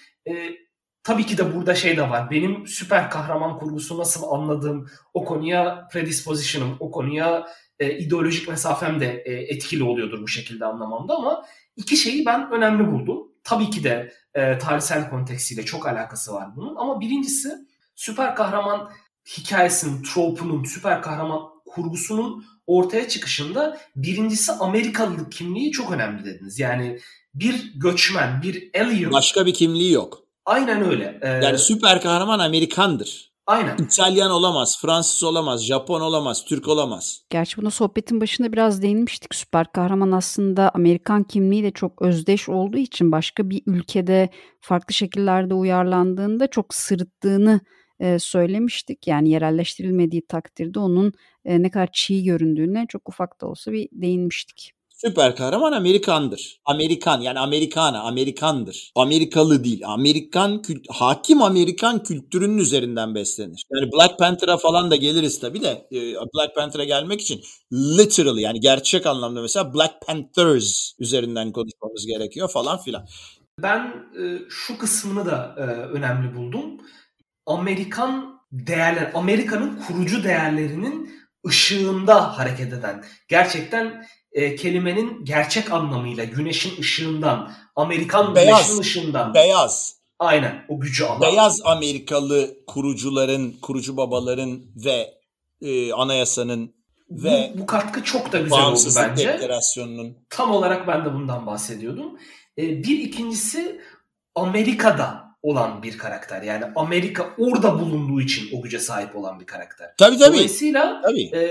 S4: Tabii ki de burada şey de var. Benim süper kahraman kurgusu nasıl anladığım, o konuya predisposition'ım, o konuya ideolojik mesafem de etkili oluyordur bu şekilde anlamamda, ama iki şeyi ben önemli buldum. Tabii ki de tarihsel kontekstiyle çok alakası var bunun, ama birincisi süper kahraman hikayesinin, tropunun, süper kahraman kurgusunun ortaya çıkışında birincisi Amerikalılık kimliği çok önemli dediniz. Yani bir göçmen, bir alien.
S3: Başka bir kimliği yok.
S4: Aynen öyle.
S3: Yani süper kahraman Amerikandır.
S4: Aynen.
S3: İtalyan olamaz, Fransız olamaz, Japon olamaz, Türk olamaz.
S2: Gerçi buna sohbetin başında biraz değinmiştik. Süper kahraman aslında Amerikan kimliğiyle çok özdeş olduğu için başka bir ülkede farklı şekillerde uyarlandığında çok sırıttığını söylemiştik. Yani yerelleştirilmediği takdirde onun ne kadar çiğ göründüğüne çok ufak da olsa bir değinmiştik.
S3: Süper kahraman Amerikandır. Amerikan yani Amerikana, Amerikandır. Amerikalı değil. Hakim Amerikan kültürünün üzerinden beslenir. Yani Black Panther'a falan da geliriz tabii de Black Panther'a gelmek için literally yani gerçek anlamda mesela Black Panthers üzerinden konuşmamız gerekiyor falan filan.
S4: Ben şu kısmını da önemli buldum. Amerika'nın kurucu değerlerinin ışığında hareket eden, gerçekten kelimenin gerçek anlamıyla güneşin ışığından, Amerikan güneşin ışığından.
S3: Beyaz.
S4: Aynen, o gücü alan.
S3: Beyaz Amerikalı kurucuların, kurucu babaların ve anayasanın ve
S4: bu katkı çok da güzel oldu bence.
S3: Deklarasyonunun.
S4: Tam olarak ben de bundan bahsediyordum. Bir ikincisi Amerika'da olan bir karakter. Yani Amerika orada bulunduğu için o güce sahip olan bir karakter.
S3: Tabii.
S4: Dolayısıyla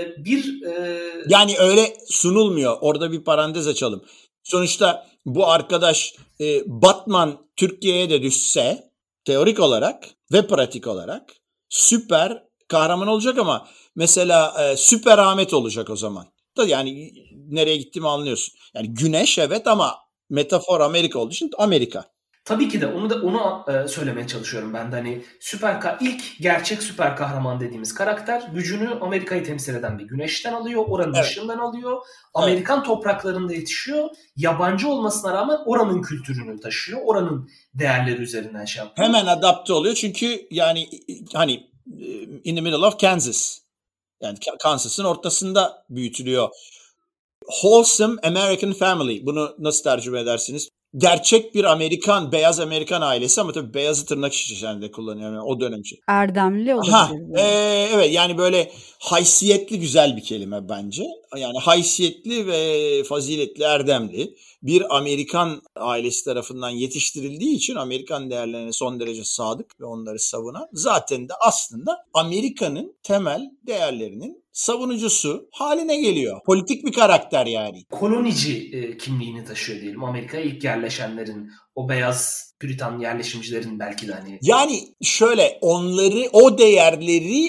S3: yani öyle sunulmuyor. Orada bir parantez açalım. Sonuçta bu arkadaş Batman Türkiye'ye de düşse teorik olarak ve pratik olarak süper kahraman olacak ama mesela Süper Ahmet olacak o zaman. Yani nereye gittiğimi anlıyorsun. Yani güneş evet ama metafor Amerika olduğu için Amerika.
S4: Tabii ki de onu söylemeye çalışıyorum ben de. Hani ilk gerçek süper kahraman dediğimiz karakter gücünü Amerika'yı temsil eden bir güneşten alıyor, oranın ışığından alıyor. Amerikan topraklarında yetişiyor. Yabancı olmasına rağmen oranın kültürünü taşıyor. Oranın değerleri üzerinden şey yapıyor.
S3: Hemen adapte oluyor çünkü yani hani in the middle of Kansas. Yani Kansas'ın ortasında büyütülüyor. Wholesome American Family. Bunu nasıl tercüme edersiniz? Gerçek bir beyaz Amerikan ailesi ama tabii beyazı tırnak içerisinde kullanıyorum yani o dönem için.
S2: Erdemli olabilir.
S3: Evet yani böyle haysiyetli güzel bir kelime bence. Yani haysiyetli ve faziletli, erdemli bir Amerikan ailesi tarafından yetiştirildiği için Amerikan değerlerine son derece sadık ve onları savunan zaten de aslında Amerika'nın temel değerlerinin savunucusu haline geliyor. Politik bir karakter yani.
S4: Kolonici kimliğini taşıyor diyelim. Amerika'ya ilk yerleşenlerin, o beyaz Püritan yerleşimcilerin belki de hani.
S3: Yani şöyle o değerleri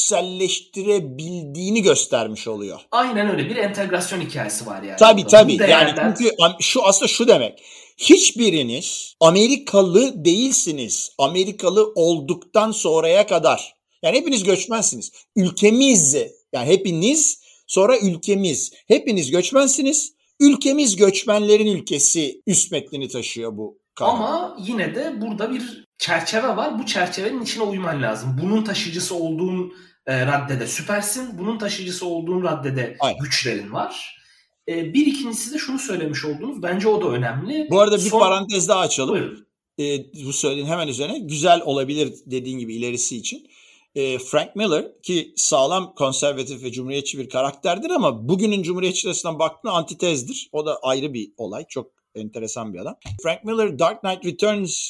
S3: içselleştirebildiğini göstermiş oluyor.
S4: Aynen öyle bir entegrasyon hikayesi var yani.
S3: Tabii. Yani çünkü aslında şu demek. Hiçbiriniz Amerikalı değilsiniz. Amerikalı olduktan sonraya kadar. Yani hepiniz göçmensiniz. Ülkemiz yani hepiniz sonra ülkemiz. Hepiniz göçmensiniz. Ülkemiz göçmenlerin ülkesi üst metnini taşıyor bu kavram.
S4: Ama yine de burada bir çerçeve var. Bu çerçevenin içine uyman lazım. Bunun taşıyıcısı olduğun raddede süpersin. Bunun taşıyıcısı olduğun raddede güçlerin var. Bir ikincisi de şunu söylemiş oldunuz. Bence o da önemli.
S3: Bu arada bir parantez daha açalım.
S4: Buyurun.
S3: Bu söylediğin hemen üzerine güzel olabilir dediğin gibi ilerisi için. Frank Miller ki sağlam konservatif ve cumhuriyetçi bir karakterdir ama bugünün cumhuriyetçilerinden baktığında antitezdir. O da ayrı bir olay. Çok enteresan bir adam. Frank Miller Dark Knight Returns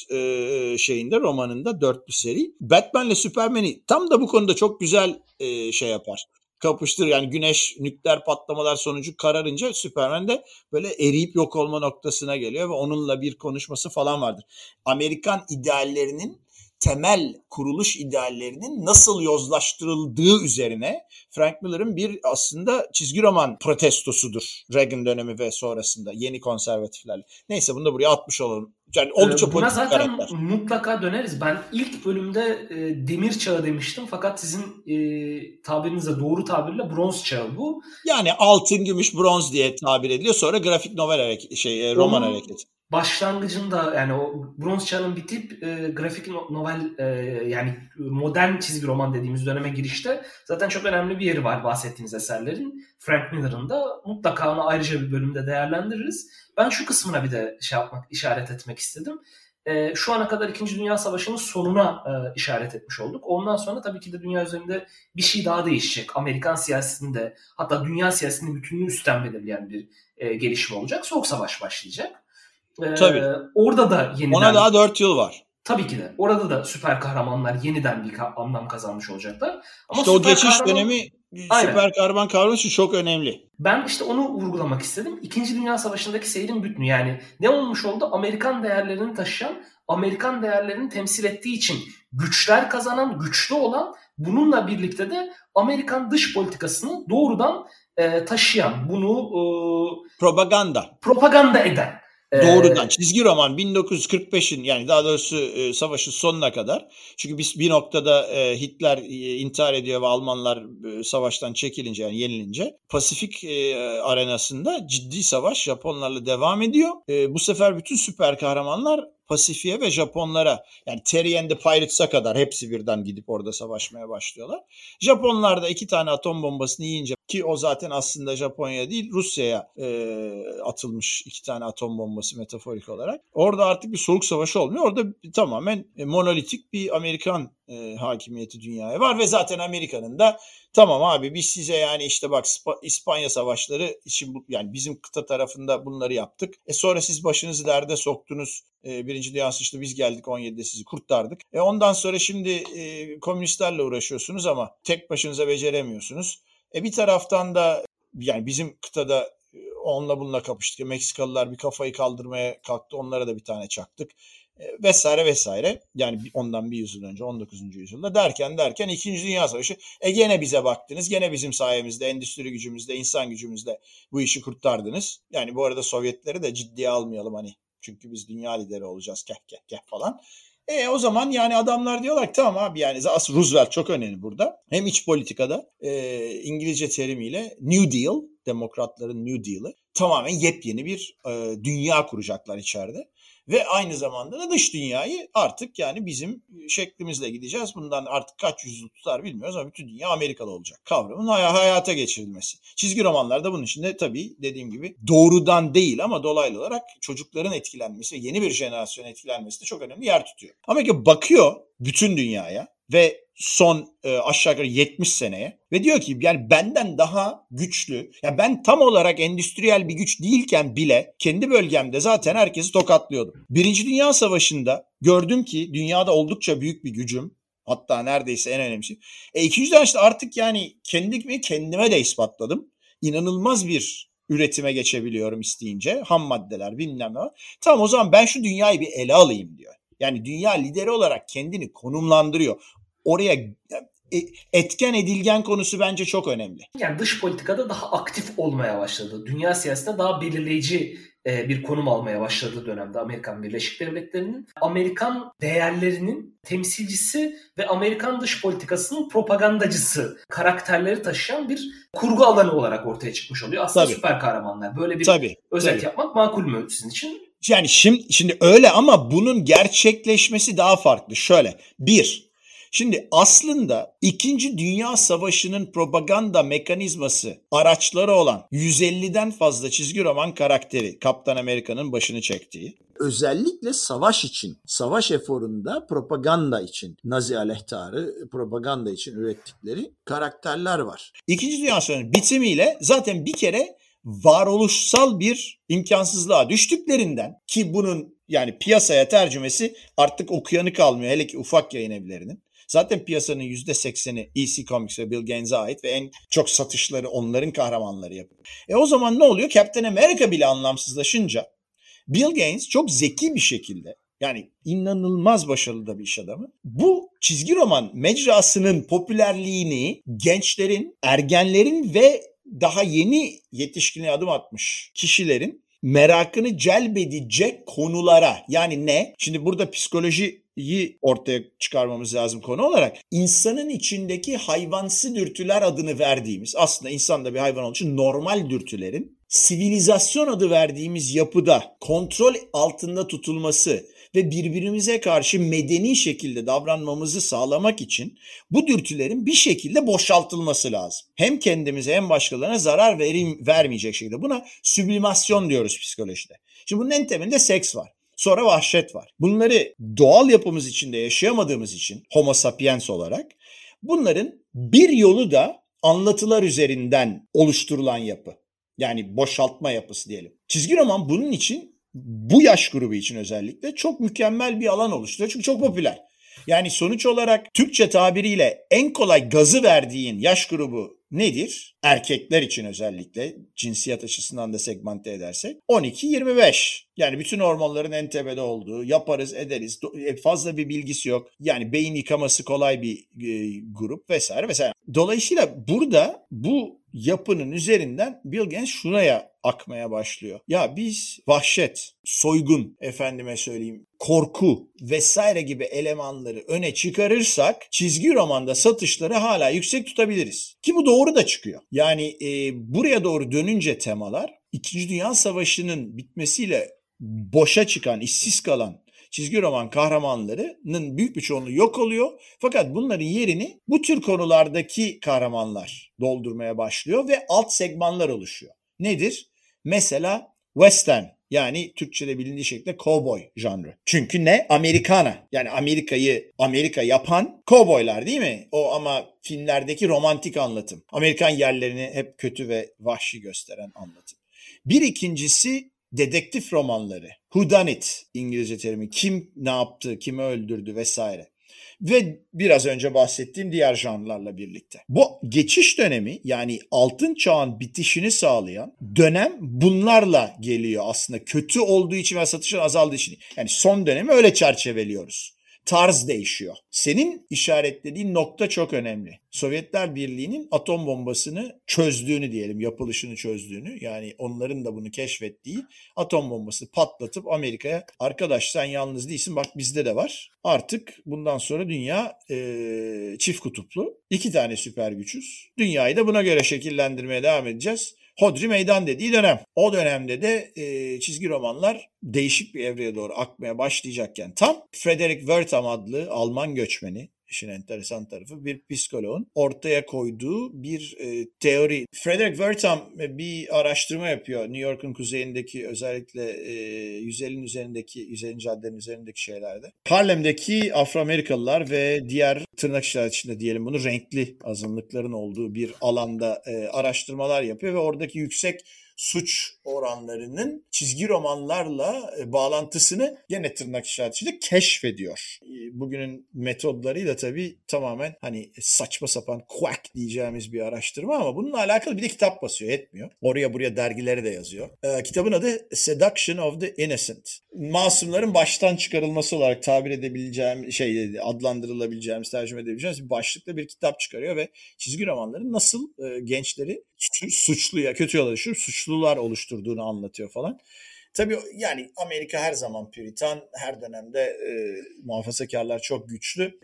S3: romanında dörtlü seri. Batman'le Superman'i tam da bu konuda çok güzel şey yapar. Kapıştır yani güneş nükleer patlamalar sonucu kararınca Superman de böyle eriyip yok olma noktasına geliyor ve onunla bir konuşması falan vardır. Amerikan ideallerinin temel kuruluş ideallerinin nasıl yozlaştırıldığı üzerine Frank Miller'ın bir aslında çizgi roman protestosudur. Reagan dönemi ve sonrasında yeni konservatiflerle. Neyse bunu da buraya atmış olalım. Yani oldukça politik karakter.
S4: Buna zaten mutlaka döneriz. Ben ilk bölümde demir çağı demiştim fakat sizin tabirinizle doğru tabirle bronz çağı bu.
S3: Yani altın, gümüş, bronz diye tabir ediliyor. Sonra grafik novel roman hareketi.
S4: Başlangıcında yani o bronz çağının bitip grafik novel yani modern çizgi roman dediğimiz döneme girişte zaten çok önemli bir yeri var bahsettiğiniz eserlerin. Frank Miller'ın da mutlaka onu ayrıca bir bölümde değerlendiririz. Ben şu kısmına bir de işaret etmek istedim. Şu ana kadar 2. Dünya Savaşı'nın sonuna işaret etmiş olduk. Ondan sonra tabii ki de dünya üzerinde bir şey daha değişecek. Amerikan siyasetinde hatta dünya siyasetinin bütünlüğü üstten belirleyen bir gelişme olacak. Soğuk Savaş başlayacak.
S3: Tabii.
S4: Orada da yeniden...
S3: Ona daha 4 yıl var.
S4: Tabii ki de. Orada da süper kahramanlar yeniden bir anlam kazanmış olacaklar. Ama
S3: İşte o geçiş dönemi süper kahraman kavramı için çok önemli.
S4: Ben işte onu vurgulamak istedim. İkinci Dünya Savaşı'ndaki seyrin bütünü, yani ne olmuş oldu? Amerikan değerlerini taşıyan, Amerikan değerlerini temsil ettiği için güçler kazanan, güçlü olan, bununla birlikte de Amerikan dış politikasını doğrudan taşıyan, bunu propaganda eden.
S3: Doğrudan çizgi roman 1945'in, yani daha doğrusu savaşın sonuna kadar. Çünkü biz bir noktada Hitler intihar ediyor ve Almanlar savaştan çekilince, yani yenilince, Pasifik arenasında ciddi savaş Japonlarla devam ediyor. Bu sefer bütün süper kahramanlar Pasifik'e ve Japonlara, yani Terry and the Pirates'a kadar hepsi birden gidip orada savaşmaya başlıyorlar. Japonlar da 2 tane atom bombasını yiyince, ki o zaten aslında Japonya değil Rusya'ya atılmış 2 tane atom bombası metaforik olarak. Orada artık bir soğuk savaşı olmuyor. Orada tamamen monolitik bir Amerikan hakimiyeti dünyaya var ve zaten Amerika'nın da tamam abi biz size, yani işte bak İspanya savaşları için yani bizim kıta tarafında bunları yaptık. Sonra siz başınızı derde soktunuz. Birinci Dünya Savaşı'nda biz geldik 17'de sizi kurtardık. Ondan sonra şimdi komünistlerle uğraşıyorsunuz ama tek başınıza beceremiyorsunuz. Bir taraftan da yani bizim kıtada onunla bununla kapıştık. Meksikalılar bir kafayı kaldırmaya kalktı. Onlara da bir tane çaktık. Vesaire vesaire. Yani ondan bir yüzyıl önce 19. yüzyılda derken 2. Dünya Savaşı. Gene bize baktınız. Gene bizim sayemizde, endüstri gücümüzde, insan gücümüzde bu işi kurtardınız. Yani bu arada Sovyetleri de ciddiye almayalım hani. Çünkü biz dünya lideri olacağız keh falan. O zaman yani adamlar diyorlar ki tamam abi, yani aslında Roosevelt çok önemli burada. Hem iç politikada İngilizce terimiyle New Deal, demokratların New Deal'ı, tamamen yepyeni bir dünya kuracaklar içeride. Ve aynı zamanda da dış dünyayı artık yani bizim şeklimizle gideceğiz. Bundan artık kaç yüzyıl tutar bilmiyoruz ama bütün dünya Amerikalı olacak kavramın hayata geçirilmesi. Çizgi romanlarda bunun içinde tabii dediğim gibi doğrudan değil ama dolaylı olarak çocukların etkilenmesi, yeni bir jenerasyon etkilenmesi de çok önemli yer tutuyor. Amerika bakıyor bütün dünyaya ve son aşağı yukarı 70 seneye ve diyor ki yani benden daha güçlü, ya ben tam olarak endüstriyel bir güç değilken bile kendi bölgemde zaten herkesi tokatlıyordum. Birinci Dünya Savaşı'nda gördüm ki dünyada oldukça büyük bir gücüm, hatta neredeyse en önemlisi. İkinci Dünya Savaşı'nda artık yani kendime de ispatladım. İnanılmaz bir üretime geçebiliyorum isteyince, ham maddeler bilmem ne. Tamam, o zaman ben şu dünyayı bir ele alayım diyor. Yani dünya lideri olarak kendini konumlandırıyor. Oraya etken edilgen konusu bence çok önemli.
S4: Yani dış politikada daha aktif olmaya başladı. Dünya siyasetinde daha belirleyici bir konum almaya başladığı dönemde Amerikan Birleşik Devletleri'nin Amerikan değerlerinin temsilcisi ve Amerikan dış politikasının propagandacısı karakterleri taşıyan bir kurgu alanı olarak ortaya çıkmış oluyor. Aslında süper kahramanlar. Böyle bir özet yapmak makul mü sizin için?
S3: Yani şimdi öyle ama bunun gerçekleşmesi daha farklı. Şöyle, şimdi aslında 2. Dünya Savaşı'nın propaganda mekanizması, araçları olan 150'den fazla çizgi roman karakteri Kaptan Amerika'nın başını çektiği, özellikle savaş için, savaş eforunda propaganda için, Nazi aleyhtarı propaganda için ürettikleri karakterler var. 2. Dünya Savaşı'nın bitimiyle zaten bir kere varoluşsal bir imkansızlığa düştüklerinden, ki bunun yani piyasaya tercümesi artık okuyanı kalmıyor, hele ki ufak yayın evlerinin. Zaten piyasanın %80'i EC Comics ve Bill Gaines'e ait ve en çok satışları onların kahramanları yapıyor. O zaman ne oluyor? Captain America bile anlamsızlaşınca Bill Gaines çok zeki bir şekilde, yani inanılmaz başarılı da bir iş adamı, bu çizgi roman mecrasının popülerliğini gençlerin, ergenlerin ve daha yeni yetişkinliğe adım atmış kişilerin merakını celbedecek konulara, yani ne? Şimdi burada psikolojiyi ortaya çıkarmamız lazım konu olarak. İnsanın içindeki hayvansı dürtüler adını verdiğimiz, aslında insan da bir hayvan olduğu için normal dürtülerin sivilizasyon adı verdiğimiz yapıda kontrol altında tutulması ve birbirimize karşı medeni şekilde davranmamızı sağlamak için bu dürtülerin bir şekilde boşaltılması lazım. Hem kendimize hem başkalarına zarar vermeyecek şekilde. Buna süblimasyon diyoruz psikolojide. Şimdi bunun en temelinde seks var. Sonra vahşet var. Bunları doğal yapımız içinde yaşayamadığımız için Homo sapiens olarak bunların bir yolu da anlatılar üzerinden oluşturulan yapı. Yani boşaltma yapısı diyelim. Çizgi roman bunun için bu yaş grubu için özellikle çok mükemmel bir alan oluşturuyor. Çünkü çok popüler. Yani sonuç olarak Türkçe tabiriyle en kolay gazı verdiğin yaş grubu nedir? Erkekler için özellikle cinsiyet açısından da segmente edersek 12-25. Yani bütün hormonların en tepede olduğu, yaparız ederiz, fazla bir bilgisi yok. Yani beyin yıkaması kolay bir grup vesaire vesaire. Dolayısıyla burada bu yapının üzerinden Bill Gates şuraya akmaya başlıyor. Ya biz vahşet, soygun, efendime söyleyeyim, korku vesaire gibi elemanları öne çıkarırsak çizgi romanda satışları hala yüksek tutabiliriz. Ki bu doğru da çıkıyor. Yani buraya doğru dönünce temalar 2. Dünya Savaşı'nın bitmesiyle boşa çıkan, işsiz kalan çizgi roman kahramanlarının büyük bir çoğunluğu yok oluyor. Fakat bunların yerini bu tür konulardaki kahramanlar doldurmaya başlıyor ve alt segmanlar oluşuyor. Nedir? Mesela western, yani Türkçe'de bilindiği şekilde cowboy janrı. Çünkü ne? Americana. Yani Amerika yapan cowboylar değil mi? O ama filmlerdeki romantik anlatım. Amerikan yerlerini hep kötü ve vahşi gösteren anlatım. Bir ikincisi dedektif romanları. Who done it İngilizce terimi. Kim ne yaptı, kimi öldürdü vesaire. Ve biraz önce bahsettiğim diğer janrlarla birlikte. Bu geçiş dönemi, yani altın çağın bitişini sağlayan dönem bunlarla geliyor aslında. Kötü olduğu için ve satışın azaldığı için. Yani son dönemi öyle çerçeveliyoruz. Tarz değişiyor. Senin işaretlediğin nokta çok önemli. Sovyetler Birliği'nin atom bombasını çözdüğünü diyelim, yapılışını çözdüğünü, yani onların da bunu keşfettiği, atom bombasını patlatıp Amerika'ya arkadaş sen yalnız değilsin bak bizde de var. Artık bundan sonra dünya çift kutuplu. 2 tane süper güçüz. Dünyayı da buna göre şekillendirmeye devam edeceğiz. Hodri meydan dediği dönem. O dönemde de çizgi romanlar değişik bir evreye doğru akmaya başlayacakken tam Frederick Wertham adlı Alman göçmeni, işin enteresan tarafı, bir psikoloğun ortaya koyduğu bir teori. Frederick Wertham bir araştırma yapıyor. New York'un kuzeyindeki, özellikle 150 caddenin üzerindeki şeylerde. Harlem'deki Afro-Amerikalılar ve diğer tırnak içinde diyelim bunu renkli azınlıkların olduğu bir alanda araştırmalar yapıyor ve oradaki yüksek suç oranlarının çizgi romanlarla bağlantısını gene tırnak işaretiyle keşfediyor. Bugünün metodlarıyla tabii tamamen hani saçma sapan quack diyeceğimiz bir araştırma ama bununla alakalı bir de kitap basıyor, etmiyor. Oraya buraya dergileri de yazıyor. Kitabın adı Seduction of the Innocent. Masumların baştan çıkarılması olarak tabir edebileceğim adlandırılabileceğimiz, tercüme edebileceğimiz bir başlıkla bir kitap çıkarıyor ve çizgi romanların nasıl gençleri suçluya, kötü yola düşürüp suçlular oluşturduğunu anlatıyor falan. Tabii yani Amerika her zaman Puritan, her dönemde muhafazakarlar çok güçlü.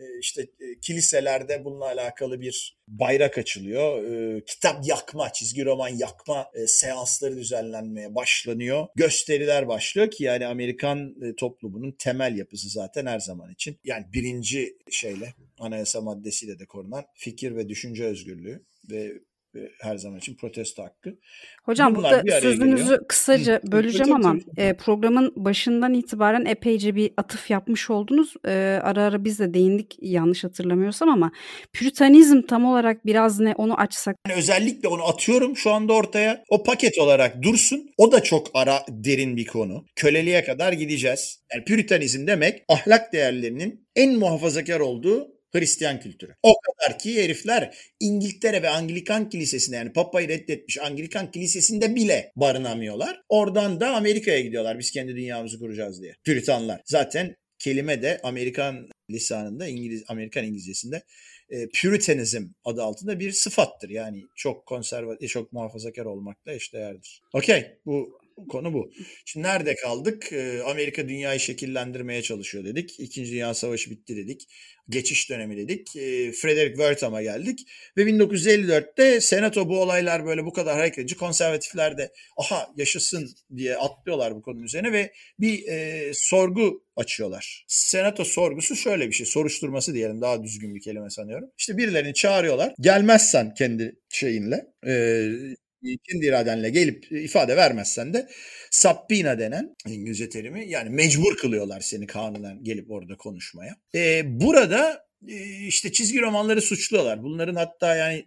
S3: Kiliselerde bununla alakalı bir bayrak açılıyor. Kitap yakma, çizgi roman yakma seansları düzenlenmeye başlanıyor. Gösteriler başlıyor ki yani Amerikan toplumunun temel yapısı zaten her zaman için. Yani birinci anayasa maddesiyle de korunan fikir ve düşünce özgürlüğü ve her zaman için protesto hakkı.
S2: Hocam
S3: Bunlar
S2: burada sözünüzü kısaca böleceğim ama programın başından itibaren epeyce bir atıf yapmış oldunuz. Ara ara biz de değindik yanlış hatırlamıyorsam ama Püritanizm tam olarak biraz ne, onu açsak.
S3: Yani özellikle onu atıyorum şu anda ortaya. O paket olarak dursun. O da çok derin bir konu. Köleliğe kadar gideceğiz. Yani Püritanizm demek ahlak değerlerinin en muhafazakar olduğu Hristiyan kültürü. O kadar ki herifler İngiltere ve Anglikan Kilisesi'nde, yani Papa'yı reddetmiş Anglikan Kilisesi'nde bile barınamıyorlar. Oradan da Amerika'ya gidiyorlar biz kendi dünyamızı kuracağız diye. Püritanlar. Zaten kelime de Amerikan lisanında, Amerikan İngilizcesinde Puritanism adı altında bir sıfattır. Yani çok konservatif, çok muhafazakar olmakla eşdeğerdir. Okey, bu konu bu. Şimdi nerede kaldık? Amerika dünyayı şekillendirmeye çalışıyor dedik. 2. Dünya Savaşı bitti dedik. Geçiş dönemi dedik. Frederick Wertham'a geldik. Ve 1954'te Senato bu olaylar böyle bu kadar hareketli. Konservatifler de aha yaşasın diye atlıyorlar bu konunun üzerine ve bir sorgu açıyorlar. Senato sorgusu şöyle bir şey. Soruşturması diyelim, daha düzgün bir kelime sanıyorum. İşte birilerini çağırıyorlar. Gelmezsen kendi şeyinle, kendi iradenle gelip ifade vermezsen de subpoena denen İngilizce terimi, yani mecbur kılıyorlar seni kanunen gelip orada konuşmaya. Burada işte çizgi romanları suçluyorlar. Bunların hatta yani çok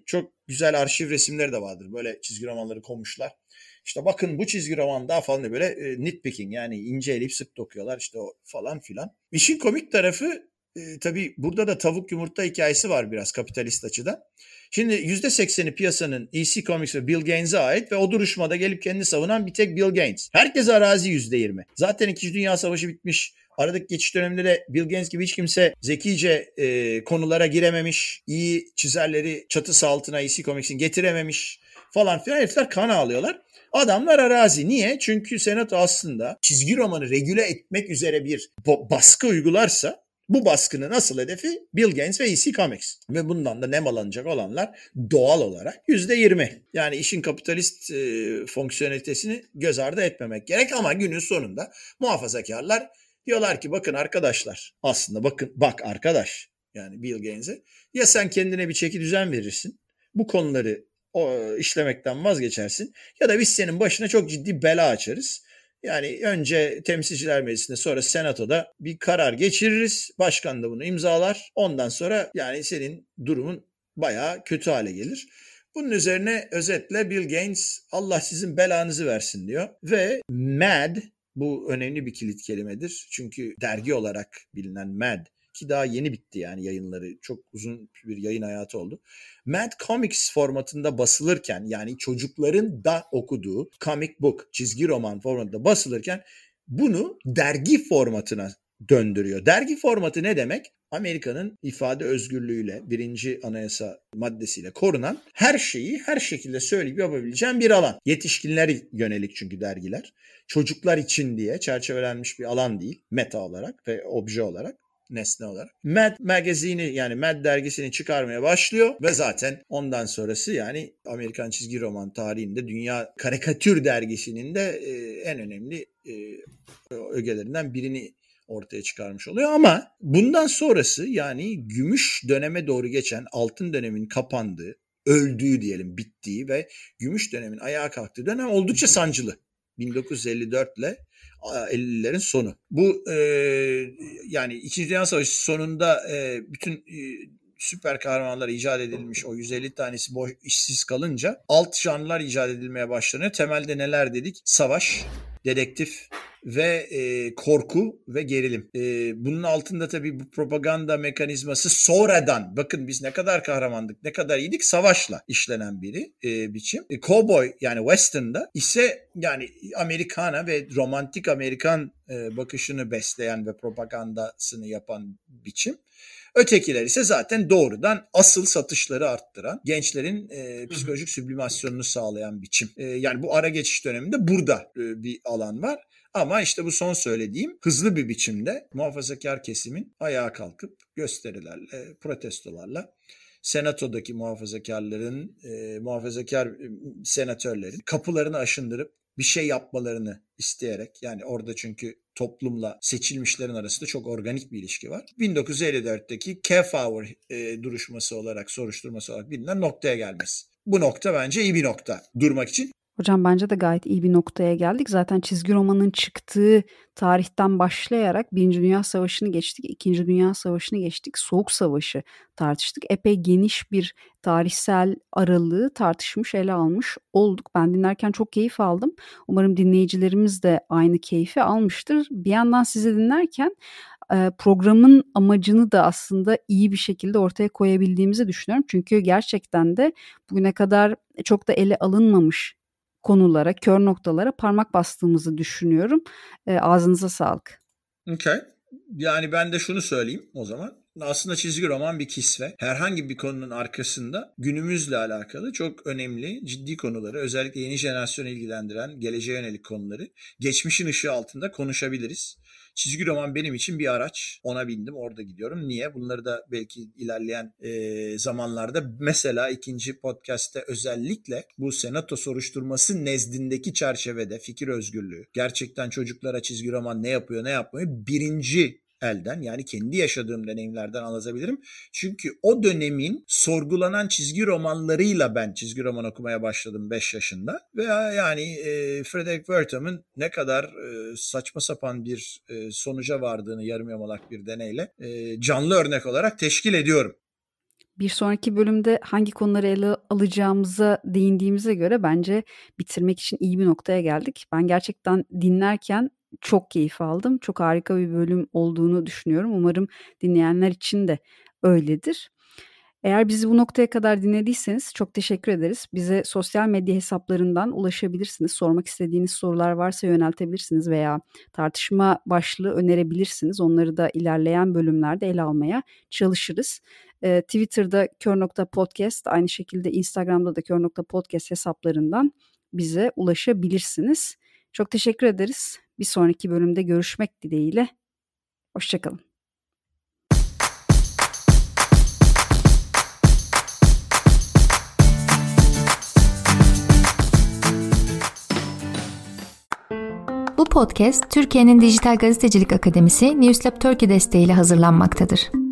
S3: güzel arşiv resimleri de vardır. Böyle çizgi romanları koymuşlar. İşte bakın bu çizgi roman daha falan böyle nitpicking, yani ince eleyip sık dokuyorlar işte o falan filan. İşin komik tarafı tabii burada da tavuk yumurta hikayesi var biraz kapitalist açıdan. Şimdi %80'i piyasanın EC Comics ve Bill Gaines'e ait ve o duruşmada gelip kendini savunan bir tek Bill Gaines. Herkes arazi %20. Zaten 2. Dünya Savaşı bitmiş. Aradaki geçiş döneminde de Bill Gaines gibi hiç kimse zekice konulara girememiş. İyi çizerleri çatısı altına EC Comics'in getirememiş falan filan. Herifler kan ağlıyorlar. Adamlar arazi. Niye? Çünkü Senato aslında çizgi romanı regüle etmek üzere bir baskı uygularsa bu baskının asıl hedefi Bill Gaines ve EC Comics. Ve bundan da nemalanacak olanlar doğal olarak %20. Yani işin kapitalist fonksiyonelitesini göz ardı etmemek gerek ama günün sonunda muhafazakarlar diyorlar ki bakın arkadaşlar, aslında bak arkadaş, yani Bill Gaines'e, ya sen kendine bir çeki düzen verirsin, bu konuları işlemekten vazgeçersin ya da biz senin başına çok ciddi bela açarız. Yani önce Temsilciler Meclisi'nde sonra Senato'da bir karar geçiririz. Başkan da bunu imzalar. Ondan sonra yani senin durumun bayağı kötü hale gelir. Bunun üzerine özetle Bill Gaines Allah sizin belanızı versin diyor. Ve Mad, bu önemli bir kilit kelimedir. Çünkü dergi olarak bilinen Mad, ki daha yeni bitti yani yayınları, çok uzun bir yayın hayatı oldu. Mad Comics formatında basılırken, yani çocukların da okuduğu comic book, çizgi roman formatında basılırken bunu dergi formatına döndürüyor. Dergi formatı ne demek? Amerika'nın ifade özgürlüğüyle, 1. Anayasa maddesiyle korunan her şeyi her şekilde söyleyip yapabileceğin bir alan. Yetişkinler yönelik çünkü dergiler. Çocuklar için diye çerçevelenmiş bir alan değil, meta olarak ve obje olarak, nesne olarak. Mad magazini, yani Mad dergisini çıkarmaya başlıyor ve zaten ondan sonrası yani Amerikan çizgi roman tarihinde dünya karikatür dergisinin de en önemli ögelerinden birini ortaya çıkarmış oluyor. Ama bundan sonrası, yani gümüş döneme doğru geçen, altın dönemin kapandığı, öldüğü diyelim, bittiği ve gümüş dönemin ayağa kalktığı dönem oldukça sancılı. 1954 ile 50'lerin sonu. Bu yani 2. Dünya Savaşı sonunda bütün süper kahramanlar icat edilmiş, o 150 tanesi işsiz kalınca alt janrlar icat edilmeye başlanıyor. Temelde neler dedik? Savaş, dedektif ve korku ve gerilim. Bunun altında tabii bu propaganda mekanizması sonradan, bakın biz ne kadar kahramandık, ne kadar iyiydik, savaşla işlenen biçim. Cowboy, yani Western'da ise yani Amerikana ve romantik Amerikan bakışını besleyen ve propagandasını yapan biçim. Ötekiler ise zaten doğrudan asıl satışları arttıran, gençlerin psikolojik süblimasyonunu sağlayan biçim. Yani bu ara geçiş döneminde burada bir alan var. Ama işte bu son söylediğim hızlı bir biçimde muhafazakar kesimin ayağa kalkıp gösterilerle, protestolarla Senato'daki muhafazakarların, muhafazakar senatörlerin kapılarını aşındırıp bir şey yapmalarını isteyerek, yani orada çünkü toplumla seçilmişlerin arasında çok organik bir ilişki var. 1954'teki Kefauver duruşması olarak, soruşturması olarak bilinen noktaya gelmesi. Bu nokta bence iyi bir nokta durmak için.
S2: Hocam bence de gayet iyi bir noktaya geldik. Zaten çizgi romanın çıktığı tarihten başlayarak 1. Dünya Savaşı'nı geçtik, 2. Dünya Savaşı'nı geçtik, Soğuk Savaşı tartıştık. Epey geniş bir tarihsel aralığı tartışmış, ele almış olduk. Ben dinlerken çok keyif aldım. Umarım dinleyicilerimiz de aynı keyfi almıştır. Bir yandan sizi dinlerken programın amacını da aslında iyi bir şekilde ortaya koyabildiğimizi düşünüyorum. Çünkü gerçekten de bugüne kadar çok da ele alınmamış konulara, kör noktalara parmak bastığımızı düşünüyorum. Ağzınıza sağlık.
S3: Okay. Yani ben de şunu söyleyeyim o zaman. Aslında çizgi roman bir kisve. Herhangi bir konunun arkasında günümüzle alakalı çok önemli, ciddi konuları, özellikle yeni jenerasyonu ilgilendiren, geleceğe yönelik konuları geçmişin ışığı altında konuşabiliriz. Çizgi roman benim için bir araç. Ona bindim, orada gidiyorum. Niye? Bunları da belki ilerleyen zamanlarda, mesela 2. podcast'te özellikle bu Senato soruşturması nezdindeki çerçevede fikir özgürlüğü, gerçekten çocuklara çizgi roman ne yapıyor, ne yapmıyor, birinci elden, yani kendi yaşadığım deneyimlerden anlatabilirim. Çünkü o dönemin sorgulanan çizgi romanlarıyla ben çizgi roman okumaya başladım 5 yaşında. Ve yani Frederick Wertham'ın ne kadar saçma sapan bir sonuca vardığını yarım yamalak bir deneyle canlı örnek olarak teşkil ediyorum.
S2: Bir sonraki bölümde hangi konuları ele alacağımıza değindiğimize göre bence bitirmek için iyi bir noktaya geldik. Ben gerçekten dinlerken çok keyif aldım. Çok harika bir bölüm olduğunu düşünüyorum. Umarım dinleyenler için de öyledir. Eğer bizi bu noktaya kadar dinlediyseniz çok teşekkür ederiz. Bize sosyal medya hesaplarından ulaşabilirsiniz. Sormak istediğiniz sorular varsa yöneltebilirsiniz veya tartışma başlığı önerebilirsiniz. Onları da ilerleyen bölümlerde ele almaya çalışırız. Twitter'da kör.podcast, aynı şekilde Instagram'da da kör.podcast hesaplarından bize ulaşabilirsiniz. Çok teşekkür ederiz. Bir sonraki bölümde görüşmek dileğiyle. Hoşçakalın.
S5: Bu podcast Türkiye'nin Dijital Gazetecilik Akademisi Newslab Turkey desteğiyle hazırlanmaktadır.